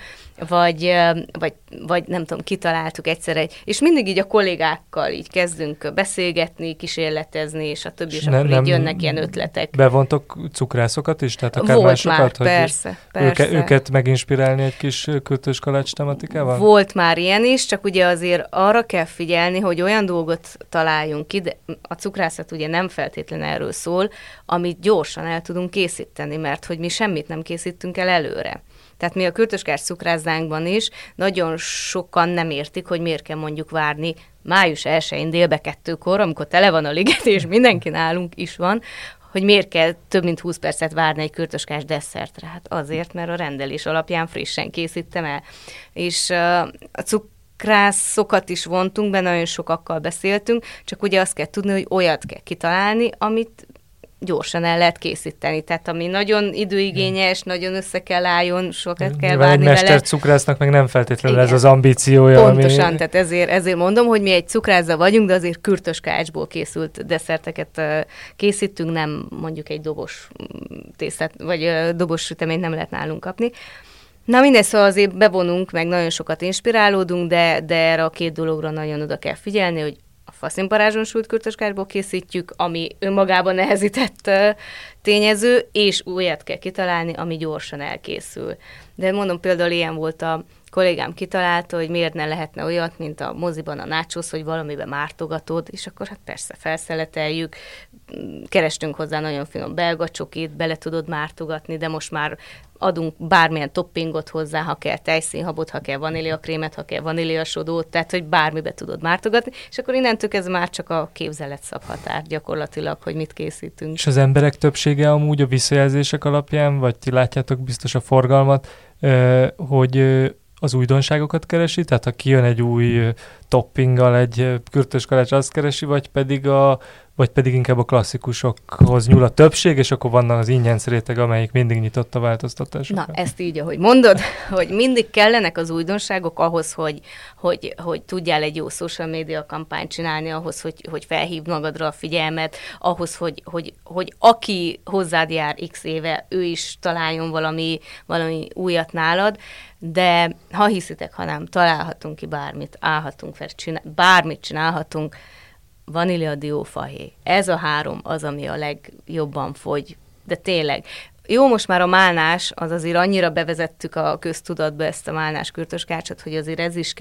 vagy nem tudom, kitaláltuk egyszerre, és mindig így a kollégákkal így kezdünk beszélgetni, kísérletezni, és a többi, és akkor így jönnek ilyen ötletek. Bevontok cukrászokat is? Tehát akár volt másokat, már, hogy persze. Őket meginspirálni egy kis kürtöskalács tematikával? Volt már ilyen is, csak ugye azért arra kell figyelni, hogy olyan dolgot találjunk ki, de a cukrászat ugye nem feltétlenül erről szól, amit gyorsan el tudunk készíteni, mert hogy mi semmit nem készítünk el előre. Tehát mi a kürtöskács cukrászdánkban is nagyon sokan nem értik, hogy miért kell mondjuk várni május 1-én délbe 2-kor, amikor tele van a liget, és mindenki nálunk is van, hogy miért kell több mint 20 percet várni egy kürtöskács desszertre. Hát azért, mert a rendelés alapján frissen készítem el. És a cukrászokat is vontunk be, nagyon sokakkal beszéltünk, csak ugye azt kell tudni, hogy olyat kell kitalálni, amit gyorsan el lehet készíteni. Tehát ami nagyon időigényes, nagyon össze kell álljon, sokat kell várni vele. Egy mestercukrásznak meg nem feltétlenül ez az ambíciója. Pontosan, tehát ezért mondom, hogy mi egy cukrászda vagyunk, de azért kürtöskácsból készült desszerteket készítünk, nem mondjuk egy dobos tésztát, vagy dobos süteményt nem lehet nálunk kapni. Na mindegy, szóval azért bevonunk, meg nagyon sokat inspirálódunk, de erre a két dologra nagyon oda kell figyelni, hogy a faszínparázson sült kürtöskácsból készítjük, ami önmagában nehezített tényező, és újat kell kitalálni, ami gyorsan elkészül. De mondom, például ilyen volt a kollégám kitalálta, hogy miért ne lehetne olyat, mint a moziban a nachos, hogy valamiben mártogatod, és akkor hát persze felszeleteljük, kerestünk hozzá nagyon finom belga csokit, bele tudod mártogatni, de most már adunk bármilyen toppingot hozzá, ha kell tejszínhabot, ha kell vaníliakrémet, ha kell vaníliasodót, tehát hogy bármibe tudod mártogatni, és akkor innentől ez már csak a képzelet szabhatár gyakorlatilag, hogy mit készítünk. És az emberek többsége amúgy a visszajelzések alapján, vagy ti látjátok biztos a forgalmat, hogy az újdonságokat keresi, tehát ha kijön egy új toppinggal egy kürtöskalács, azt keresi, vagy pedig inkább a klasszikusokhoz nyúl a többség, és akkor vannak az ingyenc réteg, amelyik mindig nyitott a változtatásokra. Na, ezt így, ahogy mondod, hogy mindig kellenek az újdonságok ahhoz, hogy tudjál egy jó social media kampányt csinálni, ahhoz, hogy felhívd magadra a figyelmet, ahhoz, hogy aki hozzád jár x éve, ő is találjon valami újat nálad, de ha hiszitek, ha nem, találhatunk ki bármit, állhatunk fel, bármit csinálhatunk, vanília, diófahéj. Ez a három az, ami a legjobban fogy. De tényleg. Jó, most már a málnás, az azért annyira bevezettük a köztudatba ezt a málnás kürtöskácsot, hogy azért ez is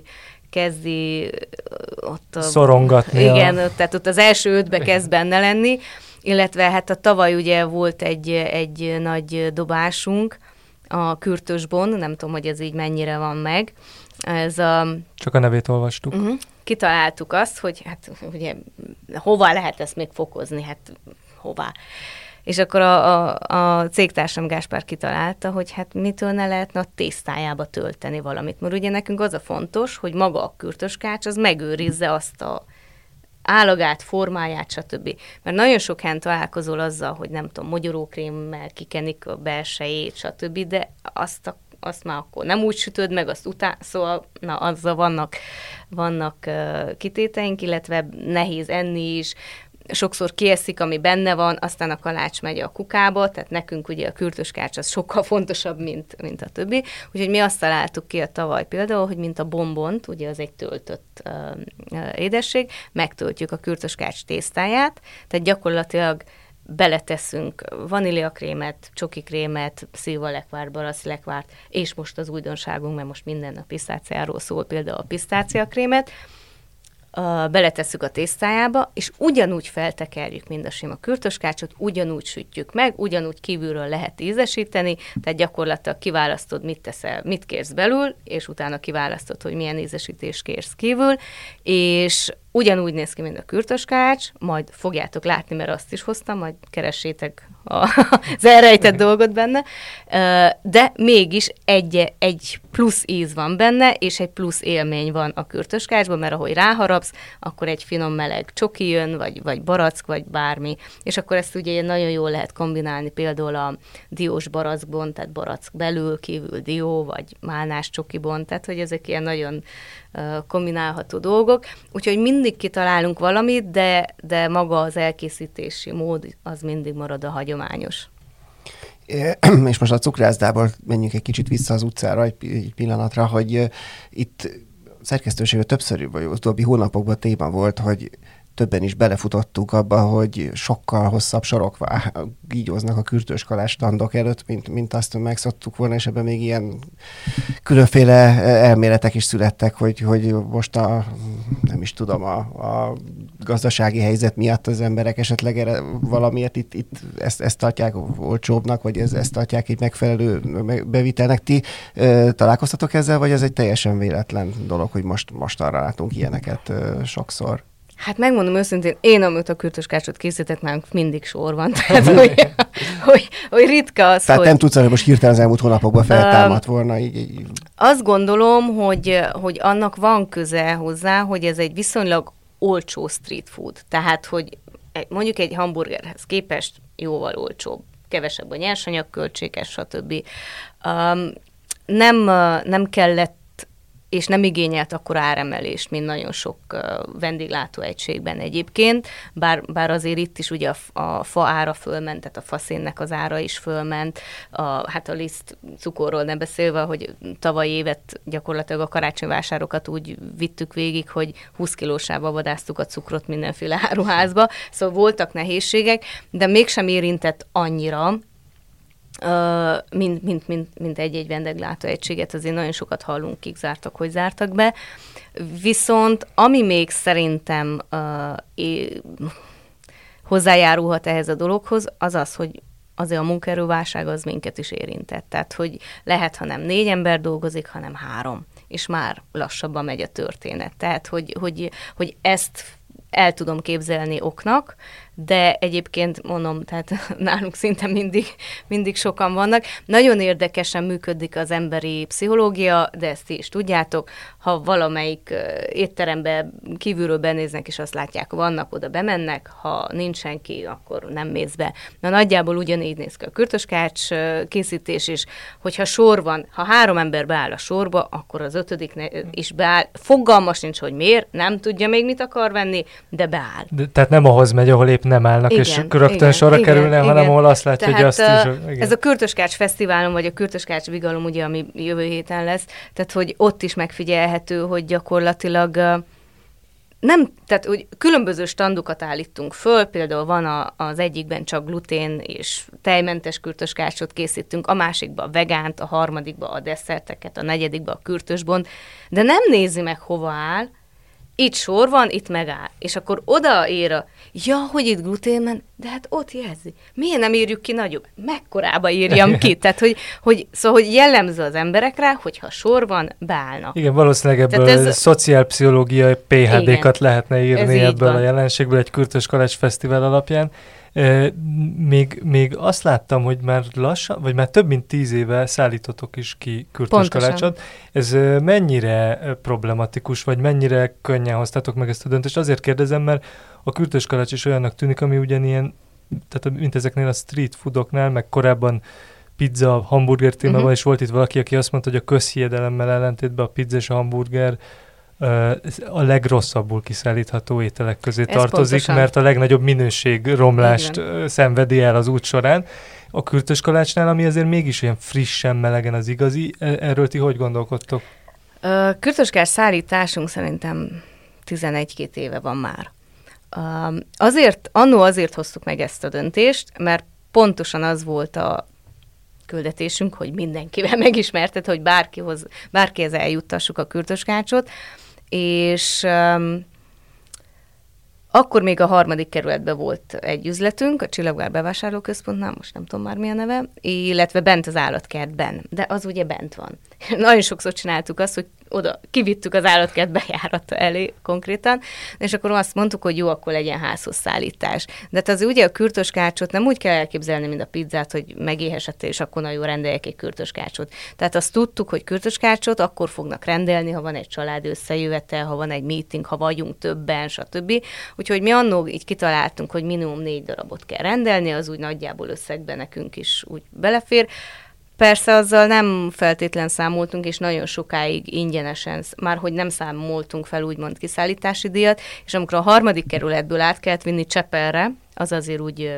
kezdi ott szorongatni. Igen, tehát ott az első 5-be kezd benne lenni, illetve hát a tavaly ugye volt egy nagy dobásunk, a kürtösbon, nem tudom, hogy ez így mennyire van meg. Csak a nevét olvastuk. Kitaláltuk azt, hogy hát ugye hová lehet ezt még fokozni, hát hová. És akkor a cégtársam Gáspár kitalálta, hogy hát mitől ne lehetne a tésztájába tölteni valamit. Mert ugye nekünk az a fontos, hogy maga a kürtöskács az megőrizze azt a állagát, formáját, stb. Mert nagyon sok helyen találkozol azzal, hogy nem tudom, mogyorókrémmel kikenik a belsejét, stb., de azt már akkor nem úgy sütöd meg, azt szóval azzal vannak kitéteink, illetve nehéz enni is, sokszor kieszik, ami benne van, aztán a kalács megy a kukába, tehát nekünk ugye a kürtöskács az sokkal fontosabb, mint a többi. Úgyhogy mi azt találtuk ki a tavaly például, hogy mint a bombont, ugye az egy töltött édesség, megtöltjük a kürtöskács tésztáját, tehát gyakorlatilag beleteszünk vaníliakrémet, csokikrémet, szilvalekvárt, baraszlekvárt, és most az újdonságunk, mert most minden a pisztáciáról szól, például a pisztáciakrémet, beletesszük a tésztájába, és ugyanúgy feltekerjük, mint a sima kürtöskácsot, ugyanúgy sütjük meg, ugyanúgy kívülről lehet ízesíteni, tehát gyakorlatilag kiválasztod, mit teszel, mit kérsz belül, és utána kiválasztod, hogy milyen ízesítést kérsz kívül, és ugyanúgy néz ki, mint a kürtöskács, majd fogjátok látni, mert azt is hoztam, majd keressétek az elrejtett dolgot benne, de mégis egy plusz íz van benne, és egy plusz élmény van a kürtöskácsban, mert ahogy ráharapsz, akkor egy finom meleg csoki jön, vagy barack, vagy bármi, és akkor ezt ugye nagyon jól lehet kombinálni például a diós barackban, tehát barack belül, kívül dió, vagy málnás csokiban, tehát hogy ezek ilyen nagyon kombinálható dolgok, úgyhogy mindig kitalálunk valamit, de maga az elkészítési mód az mindig marad a hagyományos. És most a cukrászdából menjünk egy kicsit vissza az utcára egy pillanatra, hogy itt szerkesztőségben többször, vagy utóbbi hónapokban téma volt, hogy többen is belefutottuk abba, hogy sokkal hosszabb sorok gígyóznak a kürtőskalás standok előtt, mint azt megszoktuk volna, és ebben még ilyen különféle elméletek is születtek, hogy most nem is tudom, a gazdasági helyzet miatt az emberek esetleg valamiért itt ezt tartják olcsóbbnak, vagy ezt tartják egy megfelelő bevitelnek. Ti találkoztatok ezzel, vagy ez egy teljesen véletlen dolog, hogy most arra látunk ilyeneket sokszor? Hát megmondom őszintén, én amit a kürtöskácsot készített, már mindig sor van. Tehát, hogy ritka az, tehát nem tudsz, hogy most hirtelen az elmúlt hónapokban feltámadt volna. Így. Azt gondolom, hogy annak van köze hozzá, hogy ez egy viszonylag olcsó street food. Tehát, hogy mondjuk egy hamburgerhez képest jóval olcsóbb. Kevesebb a nyersanyagköltséges, stb. Nem kellett és nem igényelt akkora áremelést, mint nagyon sok vendéglátóegységben egyébként, bár azért itt is ugye a fa ára fölment, tehát a faszénnek az ára is fölment, hát a liszt cukorról nem beszélve, hogy tavaly évet gyakorlatilag a karácsonyvásárokat úgy vittük végig, hogy 20 kilósába vadásztuk a cukrot mindenféle áruházba, szóval voltak nehézségek, de mégsem érintett annyira, mint egy vendéglátóegységet, azért nagyon sokat hallunk, kik zártak, hogy zártak be. Viszont ami még szerintem hozzájárulhat ehhez a dologhoz, az, hogy azért a munkaerőválság az minket is érintett. Tehát, hogy lehet, ha nem 4 ember dolgozik, hanem 3, és már lassabban megy a történet. Tehát, hogy ezt el tudom képzelni oknak, de egyébként mondom, tehát nálunk szinte mindig sokan vannak. Nagyon érdekesen működik az emberi pszichológia, de ezt ti is tudjátok, ha valamelyik étterembe kívülről benéznek, és azt látják, vannak, oda bemennek, ha nincs senki, akkor nem mész be. Na nagyjából ugyanígy néz ki a kürtöskács készítés is, hogyha sor van, ha 3 ember beáll a sorba, akkor az 5. is beáll. Fogalmas nincs, hogy miért, nem tudja még mit akar venni, de beáll. Tehát nem ahhoz megy, ahol épp nem állnak, igen, és rögtön sorra kerülne, hanem ahol azt látja, tehát, hogy azt is... Igen. Ez a Kürtöskács Fesztiválon, vagy a Kürtöskács Vigalom, ugye, ami jövő héten lesz, tehát hogy ott is megfigyelhető, hogy gyakorlatilag nem, tehát hogy különböző standokat állítunk föl, például van az egyikben csak glutén és tejmentes kürtöskácsot készítünk, a másikban a vegánt, a harmadikban a desszerteket, a negyedikben a kürtösbont, de nem nézi meg, hova áll, itt sor van, itt megáll. És akkor odaér hogy itt gluténmen, de hát ott jelzi. Miért nem írjuk ki nagyobb? Mekkorába írjam ki? Tehát, hogy jellemző az emberekre, hogyha sor van, beállnak. Igen, valószínűleg ebből szociálpszichológiai PhD-kat lehetne írni ebből a jelenségből egy Kürtöskalás Fesztivál alapján. Még azt láttam, hogy már lassan, vagy már több mint 10 éve szállítotok is ki kürtöskalácsot. Ez mennyire problematikus, vagy mennyire könnyen hoztátok meg ezt a döntést? Azért kérdezem, mert a kürtöskalács is olyannak tűnik, ami ugyanilyen, tehát mint ezeknél a street foodoknál, meg korábban pizza, hamburger témában is volt itt valaki, aki azt mondta, hogy a közhiedelemmel ellentétben a pizza és a hamburger a legrosszabbul kiszállítható ételek közé tartozik, pontosan. Mert a legnagyobb minőségromlást szenvedi el az út során. A kürtöskalácsnál, ami azért mégis olyan frissen, melegen az igazi, erről ti hogy gondolkodtok? Kürtöskács szállításunk szerintem 11-2 éve van már. Azért hoztuk meg ezt a döntést, mert pontosan az volt a küldetésünk, hogy mindenkivel megismertet, hogy bárkihez eljuttassuk a kürtöskácsot, és Akkor még a 3. kerületben volt egy üzletünk, a Csillagvár bevásárlóközpontnál, most nem tudom már mi a neve, illetve bent az állatkertben, de az ugye bent van. Nagyon sokszor csináltuk azt, hogy oda kivittük az állatkert bejárata elé konkrétan, és akkor azt mondtuk, hogy jó, akkor legyen házhoz szállítás. De hát az ugye a kürtöskácsot nem úgy kell elképzelni, mint a pizzát, hogy megéhesett, és akkor na jó, rendeljek egy kürtöskácsot. Tehát azt tudtuk, hogy kürtöskácsot akkor fognak rendelni, ha van egy család összejövetel, ha van egy meeting, ha vagyunk többen, stb. Úgyhogy mi annól így kitaláltunk, hogy minimum 4 darabot kell rendelni, az úgy nagyjából összegben nekünk is úgy belefér. Persze azzal nem feltétlen számoltunk, és nagyon sokáig ingyenesen, már hogy nem számoltunk fel úgymond kiszállítási díjat, és amikor a 3. kerületből át kellett vinni Csepelre, az azért úgy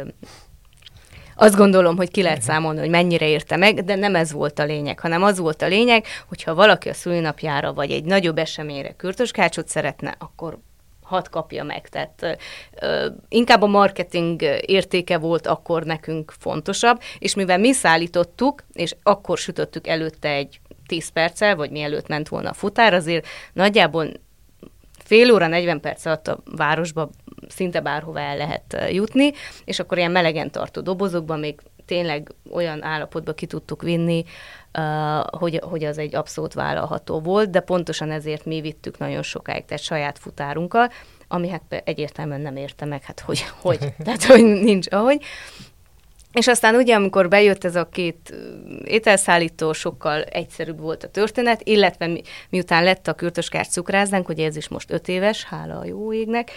azt gondolom, hogy ki lehet számolni, hogy mennyire érte meg, de nem ez volt a lényeg, hanem az volt a lényeg, hogyha valaki a szülinapjára vagy egy nagyobb eseményre kürtöskácsot szeretne, akkor hadd kapja meg. Tehát inkább a marketing értéke volt akkor nekünk fontosabb, és mivel mi szállítottuk, és akkor sütöttük előtte egy 10 perccel, vagy mielőtt ment volna a futár, azért nagyjából fél óra, 40 perc alatt a városba szinte bárhova el lehet jutni, és akkor ilyen melegen tartó dobozokban még tényleg olyan állapotba ki tudtuk vinni, hogy az egy abszolút vállalható volt, de pontosan ezért mi vittük nagyon sokáig, tehát saját futárunkkal, ami hát egyértelműen nem érte meg, hát hogy, tehát hogy nincs ahogy. És aztán ugye, amikor bejött ez a 2 ételszállító, sokkal egyszerűbb volt a történet, illetve miután lett a kürtöskás cukrászdánk, ugye ez is most 5 éves, hála a jó égnek,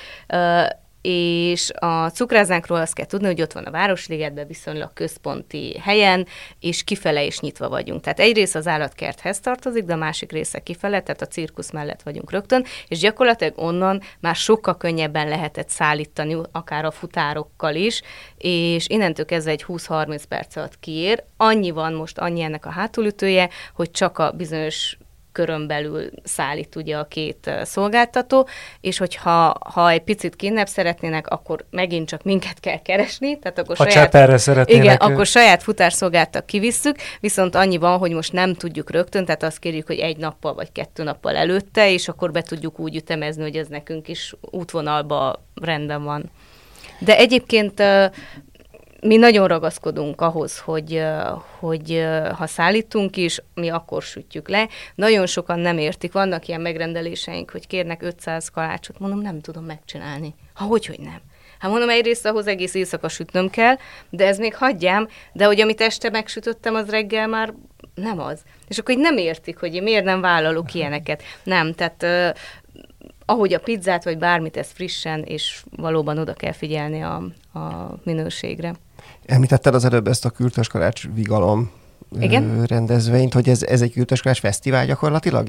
és a cukrászdánkról azt kell tudni, hogy ott van a Városligetben, viszonylag központi helyen, és kifele is nyitva vagyunk. Tehát egy rész az állatkerthez tartozik, de a másik része kifele, tehát a cirkusz mellett vagyunk rögtön, és gyakorlatilag onnan már sokkal könnyebben lehetett szállítani, akár a futárokkal is, és innentől kezdve egy 20-30 perc alatt kiér. Annyi van most, annyi ennek a hátulütője, hogy csak a bizonyos körön belül szállít ugye a 2 szolgáltató, és hogyha egy picit kinnebb szeretnének, akkor megint csak minket kell keresni, tehát akkor Csepelre szeretnének. Igen, akkor saját futárszolgáltat kivisszük, viszont annyi van, hogy most nem tudjuk rögtön, tehát azt kérjük, hogy 1 nappal vagy 2 nappal előtte, és akkor be tudjuk úgy ütemezni, hogy ez nekünk is útvonalban rendben van. De egyébként mi nagyon ragaszkodunk ahhoz, hogy ha szállítunk is, mi akkor sütjük le. Nagyon sokan nem értik, vannak ilyen megrendeléseink, hogy kérnek 500 kalácsot, mondom, nem tudom megcsinálni. Hogy nem. Hát mondom, egyrészt ahhoz egész éjszaka sütnöm kell, de ez még hagyjám, de hogy amit este megsütöttem, az reggel már nem az. És akkor így nem értik, hogy én miért nem vállalok ilyeneket. Nem, tehát ahogy a pizzát, vagy bármit, ez frissen, és valóban oda kell figyelni a minőségre. Említetted az előbb ezt a kürtöskalács vigalom rendezvényt, hogy ez egy kürtöskalács fesztivál gyakorlatilag?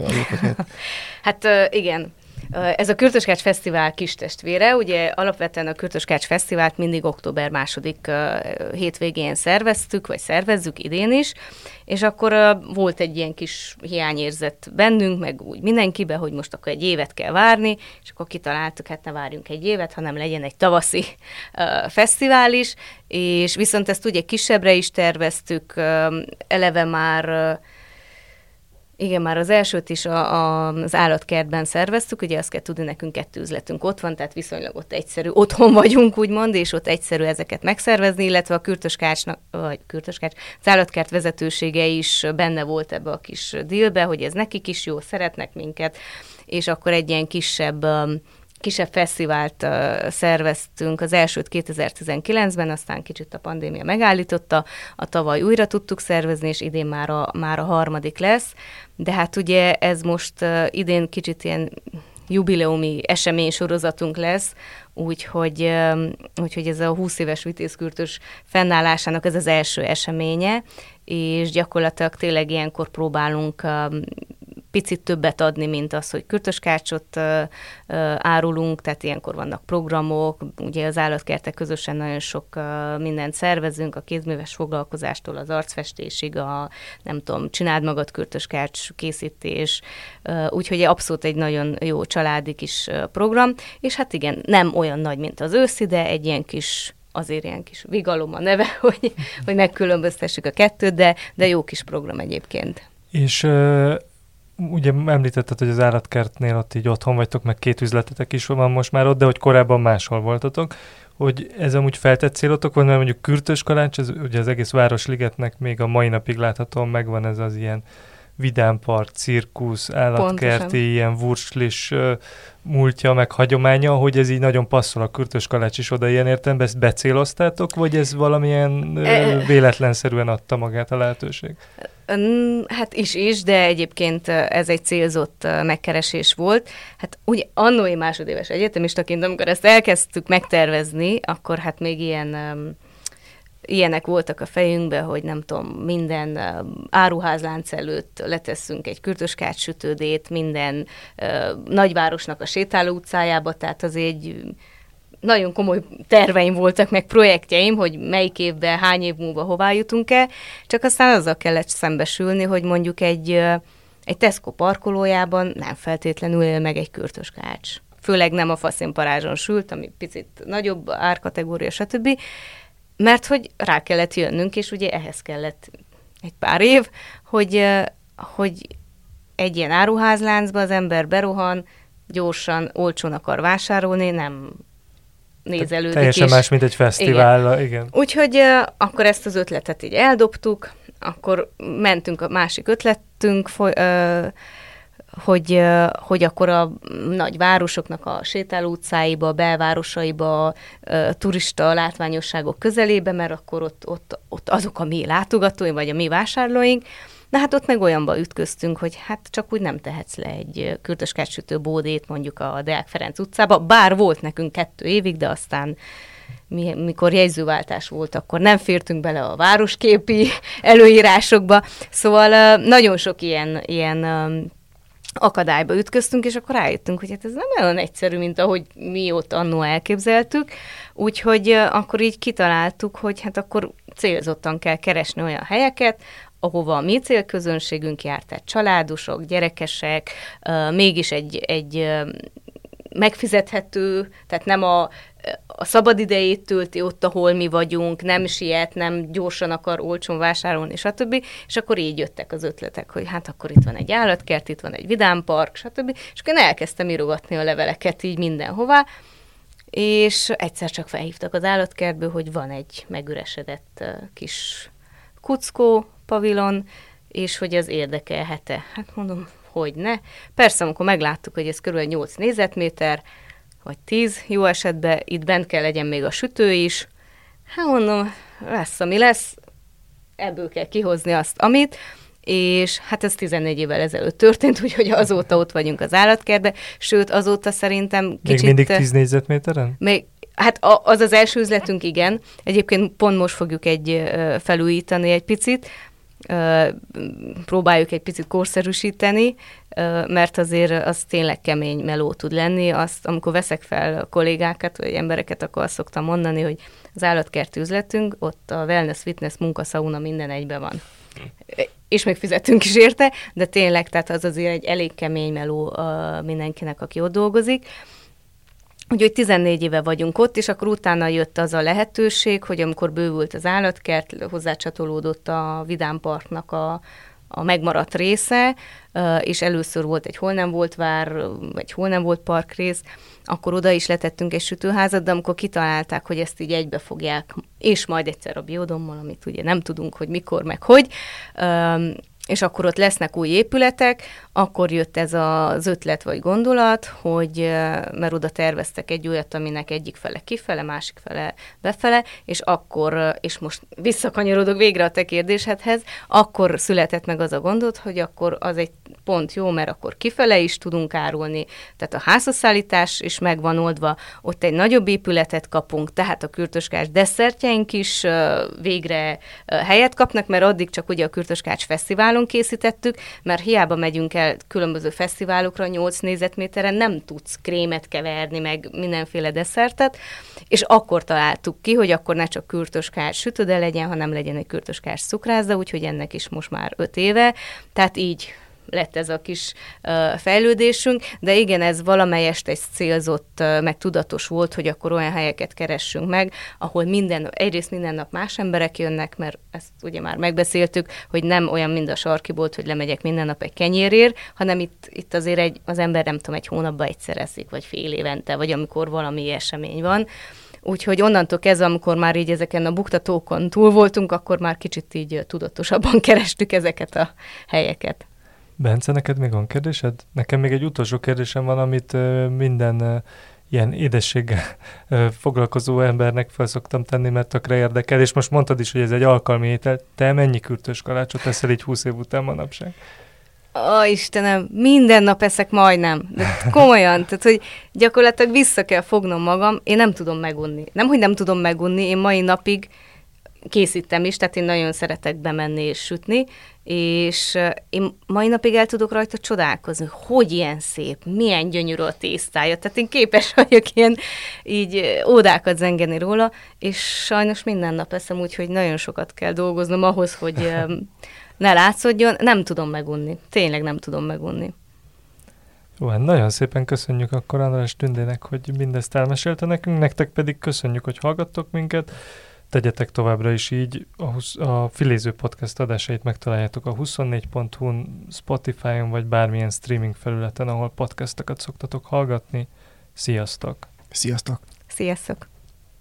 Hát igen. Ez a Kürtöskács Fesztivál kistestvére, ugye alapvetően a Kürtöskács Fesztivált mindig október 2. hétvégén szerveztük, vagy szervezzük idén is, és akkor volt egy ilyen kis hiányérzet bennünk, meg úgy mindenkiben, hogy most akkor egy évet kell várni, és akkor kitaláltuk, hát ne várjunk egy évet, hanem legyen egy tavaszi fesztivál is, és viszont ezt ugye kisebbre is terveztük, eleve már igen, már az elsőt is az állatkertben szerveztük, ugye azt kell tudni, nekünk 2 üzletünk ott van, tehát viszonylag ott egyszerű, otthon vagyunk úgymond, és ott egyszerű ezeket megszervezni, illetve a az állatkert vezetősége is benne volt ebbe a kis dealbe, hogy ez nekik is jó, szeretnek minket, és akkor egy ilyen kisebb fesztivált szerveztünk, az elsőt 2019-ben, aztán kicsit a pandémia megállította, a tavaly újra tudtuk szervezni, és idén már a 3. lesz, de hát ugye ez most idén kicsit ilyen jubileumi eseménysorozatunk lesz, úgyhogy ez a 20 éves vitézkürtös fennállásának ez az első eseménye, és gyakorlatilag tényleg ilyenkor próbálunk picit többet adni, mint az, hogy kürtöskácsot árulunk, tehát ilyenkor vannak programok, ugye az állatkertek közösen nagyon sok mindent szervezünk, a kézműves foglalkozástól az arcfestésig, csináld magad kürtöskács készítés, úgyhogy abszolút egy nagyon jó családi kis program, és hát igen, nem olyan nagy, mint az őszi, de egy ilyen kis azért ilyen kis vigalom a neve, hogy megkülönböztessük a kettőt, de jó kis program egyébként. És ugye említetted, hogy az állatkertnél ott így otthon vagytok, meg 2 üzletetek is van most már ott, de hogy korábban máshol voltatok, hogy ez amúgy feltett célotok van, mert mondjuk Kürtös Kalács, ez ugye az egész Városligetnek még a mai napig láthatóan megvan ez az ilyen vidámpark, cirkusz, állatkerti, Pontosan. ilyen vurslis múltja, meg hagyománya, hogy ez így nagyon passzol a Kürtös Kalács is oda ilyen értelemben, ezt becéloztátok, vagy ez valamilyen véletlenszerűen adta magát a lehetőség? Hát is, de egyébként ez egy célzott megkeresés volt. Hát ugye annó én másodéves egyetemistaként, amikor ezt elkezdtük megtervezni, akkor hát még ilyenek voltak a fejünkben, hogy nem tudom, minden áruházlánc előtt letesszünk egy kürtöskács sütődét, minden nagyvárosnak a sétáló utcájába, tehát az egy nagyon komoly terveim voltak, meg projektjeim, hogy melyik évben, hány év múlva hová jutunk el, csak aztán azzal kellett szembesülni, hogy mondjuk egy Tesco parkolójában nem feltétlenül él meg egy kürtöskács. Főleg nem a faszénparázson sült, ami picit nagyobb árkategória, stb., mert hogy rá kellett jönnünk, és ugye ehhez kellett egy pár év, hogy egy ilyen áruházláncba az ember berohan, gyorsan, olcsón akar vásárolni, nem nézelődik. Teljesen más, mint egy fesztivál. Igen. Úgyhogy akkor ezt az ötletet így eldobtuk, akkor mentünk a másik ötletünk, hogy akkor a nagy városoknak a sétáló utcáiba, a belvárosaiba, turista látványosságok közelébe, mert akkor ott azok a mi látogatóink, vagy a mi vásárlóink. Na hát ott meg olyanba ütköztünk, hogy hát csak úgy nem tehetsz le egy kürtöskácssütő bódét mondjuk a Deák Ferenc utcába, bár volt nekünk 2 évig, de aztán mikor jegyzőváltás volt, akkor nem fértünk bele a városképi előírásokba. Szóval nagyon sok ilyen akadályba ütköztünk, és akkor rájöttünk, hogy hát ez nem olyan egyszerű, mint ahogy mi ott annó elképzeltük, úgyhogy akkor így kitaláltuk, hogy hát akkor célzottan kell keresni olyan helyeket, ahova a mi célközönségünk járt, tehát családosok, gyerekesek, mégis egy megfizethető, tehát nem a szabadidejét tölti ott, ahol mi vagyunk, nem siet, nem gyorsan akar olcsón vásárolni, stb. És akkor így jöttek az ötletek, hogy hát akkor itt van egy állatkert, itt van egy vidámpark, stb. És akkor én elkezdtem írogatni a leveleket így mindenhová, és egyszer csak felhívtak az állatkertből, hogy van egy megüresedett kis kuckó pavilon, és hogy az érdekelhet-e. Hát mondom, hogy ne. Persze, amikor megláttuk, hogy ez kb. 8 négyzetméter, vagy 10 jó esetben, itt bent kell legyen még a sütő is. Hát mondom, lesz, ami lesz, ebből kell kihozni azt, amit, és hát ez 14 évvel ezelőtt történt, úgyhogy azóta ott vagyunk az állatkertben, sőt, azóta szerintem kicsit... Még mindig 10 négyzetméteren? Hát az az első üzletünk, igen. Egyébként pont most fogjuk felújítani egy picit, próbáljuk egy picit korszerűsíteni, mert azért az tényleg kemény meló tud lenni. Azt, amikor veszek fel kollégákat, vagy embereket, akkor azt szoktam mondani, hogy az állatkerti üzletünk, ott a wellness, fitness, munkasauna minden egyben van. És még fizetünk is érte, de tényleg, tehát az azért egy elég kemény meló mindenkinek, aki ott dolgozik. Úgyhogy 14 éve vagyunk ott, és akkor utána jött az a lehetőség, hogy amikor bővült az állatkert, hozzácsatolódott a vidámparknak a megmaradt része, és először volt egy hol nem volt vár, vagy hol nem volt parkrész, akkor oda is letettünk egy sütőházat, de amikor kitalálták, hogy ezt így egybe fogják, és majd egyszer a Biodommal, amit ugye nem tudunk, hogy mikor, meg hogy, és akkor ott lesznek új épületek, akkor jött ez az ötlet vagy gondolat, hogy mert oda terveztek egy olyat, aminek egyik fele kifele, másik fele befele, és akkor, és most visszakanyarodok végre a te kérdésedhez, akkor született meg az a gondolat, hogy akkor az egy pont jó, mert akkor kifele is tudunk árulni, tehát a házasszállítás is meg van oldva, ott egy nagyobb épületet kapunk, tehát a kürtöskács desszertjeink is végre helyet kapnak, mert addig csak ugye a kürtöskács fesztiválon készítettük, mert hiába megyünk el különböző fesztiválokra, 8 négyzetméteren nem tudsz krémet keverni, meg mindenféle desszertet, és akkor találtuk ki, hogy akkor ne csak kürtöskács sütőde legyen, hanem legyen egy kürtöskács cukrászda, úgyhogy ennek is most már 5 éve, tehát így lett ez a kis fejlődésünk, de igen, ez valamelyest egy célzott, meg tudatos volt, hogy akkor olyan helyeket keressünk meg, ahol egyrészt minden nap más emberek jönnek, mert ezt ugye már megbeszéltük, hogy nem olyan, mint a sarkibolt, hogy lemegyek minden nap egy kenyérért, hanem itt azért az ember nem tudom, egy hónapban egyszer eszik, vagy fél évente, vagy amikor valami esemény van. Úgyhogy onnantól kezdve, amikor már így ezeken a buktatókon túl voltunk, akkor már kicsit így tudatosabban kerestük ezeket a helyeket. Bence, neked még van kérdésed? Nekem még egy utolsó kérdésem van, amit minden ilyen édességgel foglalkozó embernek fel szoktam tenni, mert tökre érdekel, és most mondtad is, hogy ez egy alkalmi étel. Te mennyi kürtös kalácsot teszel így 20 év után manapság? Istenem, minden nap eszek majdnem, de komolyan, tehát hogy gyakorlatilag vissza kell fognom magam, én nem tudom megunni. Nem, hogy nem tudom megunni, én mai napig készítem is, tehát én nagyon szeretek bemenni és sütni, és én mai napig el tudok rajta csodálkozni, hogy ilyen szép, milyen gyönyörű a tésztája, tehát én képes vagyok ilyen így ódákat zengeni róla, és sajnos minden nap eszem úgy, hogy nagyon sokat kell dolgoznom ahhoz, hogy ne látszódjon, nem tudom megunni, tényleg nem tudom megunni. Jó, hát nagyon szépen köszönjük akkor András Tündének, hogy mindezt elmesélte nekünk, nektek pedig köszönjük, hogy hallgattok minket. Tegyetek továbbra is így, a Filéző Podcast adásait megtaláljátok a 24.hu-n, Spotify-on vagy bármilyen streaming felületen, ahol podcasteket szoktatok hallgatni. Sziasztok! Sziasztok! Sziasztok!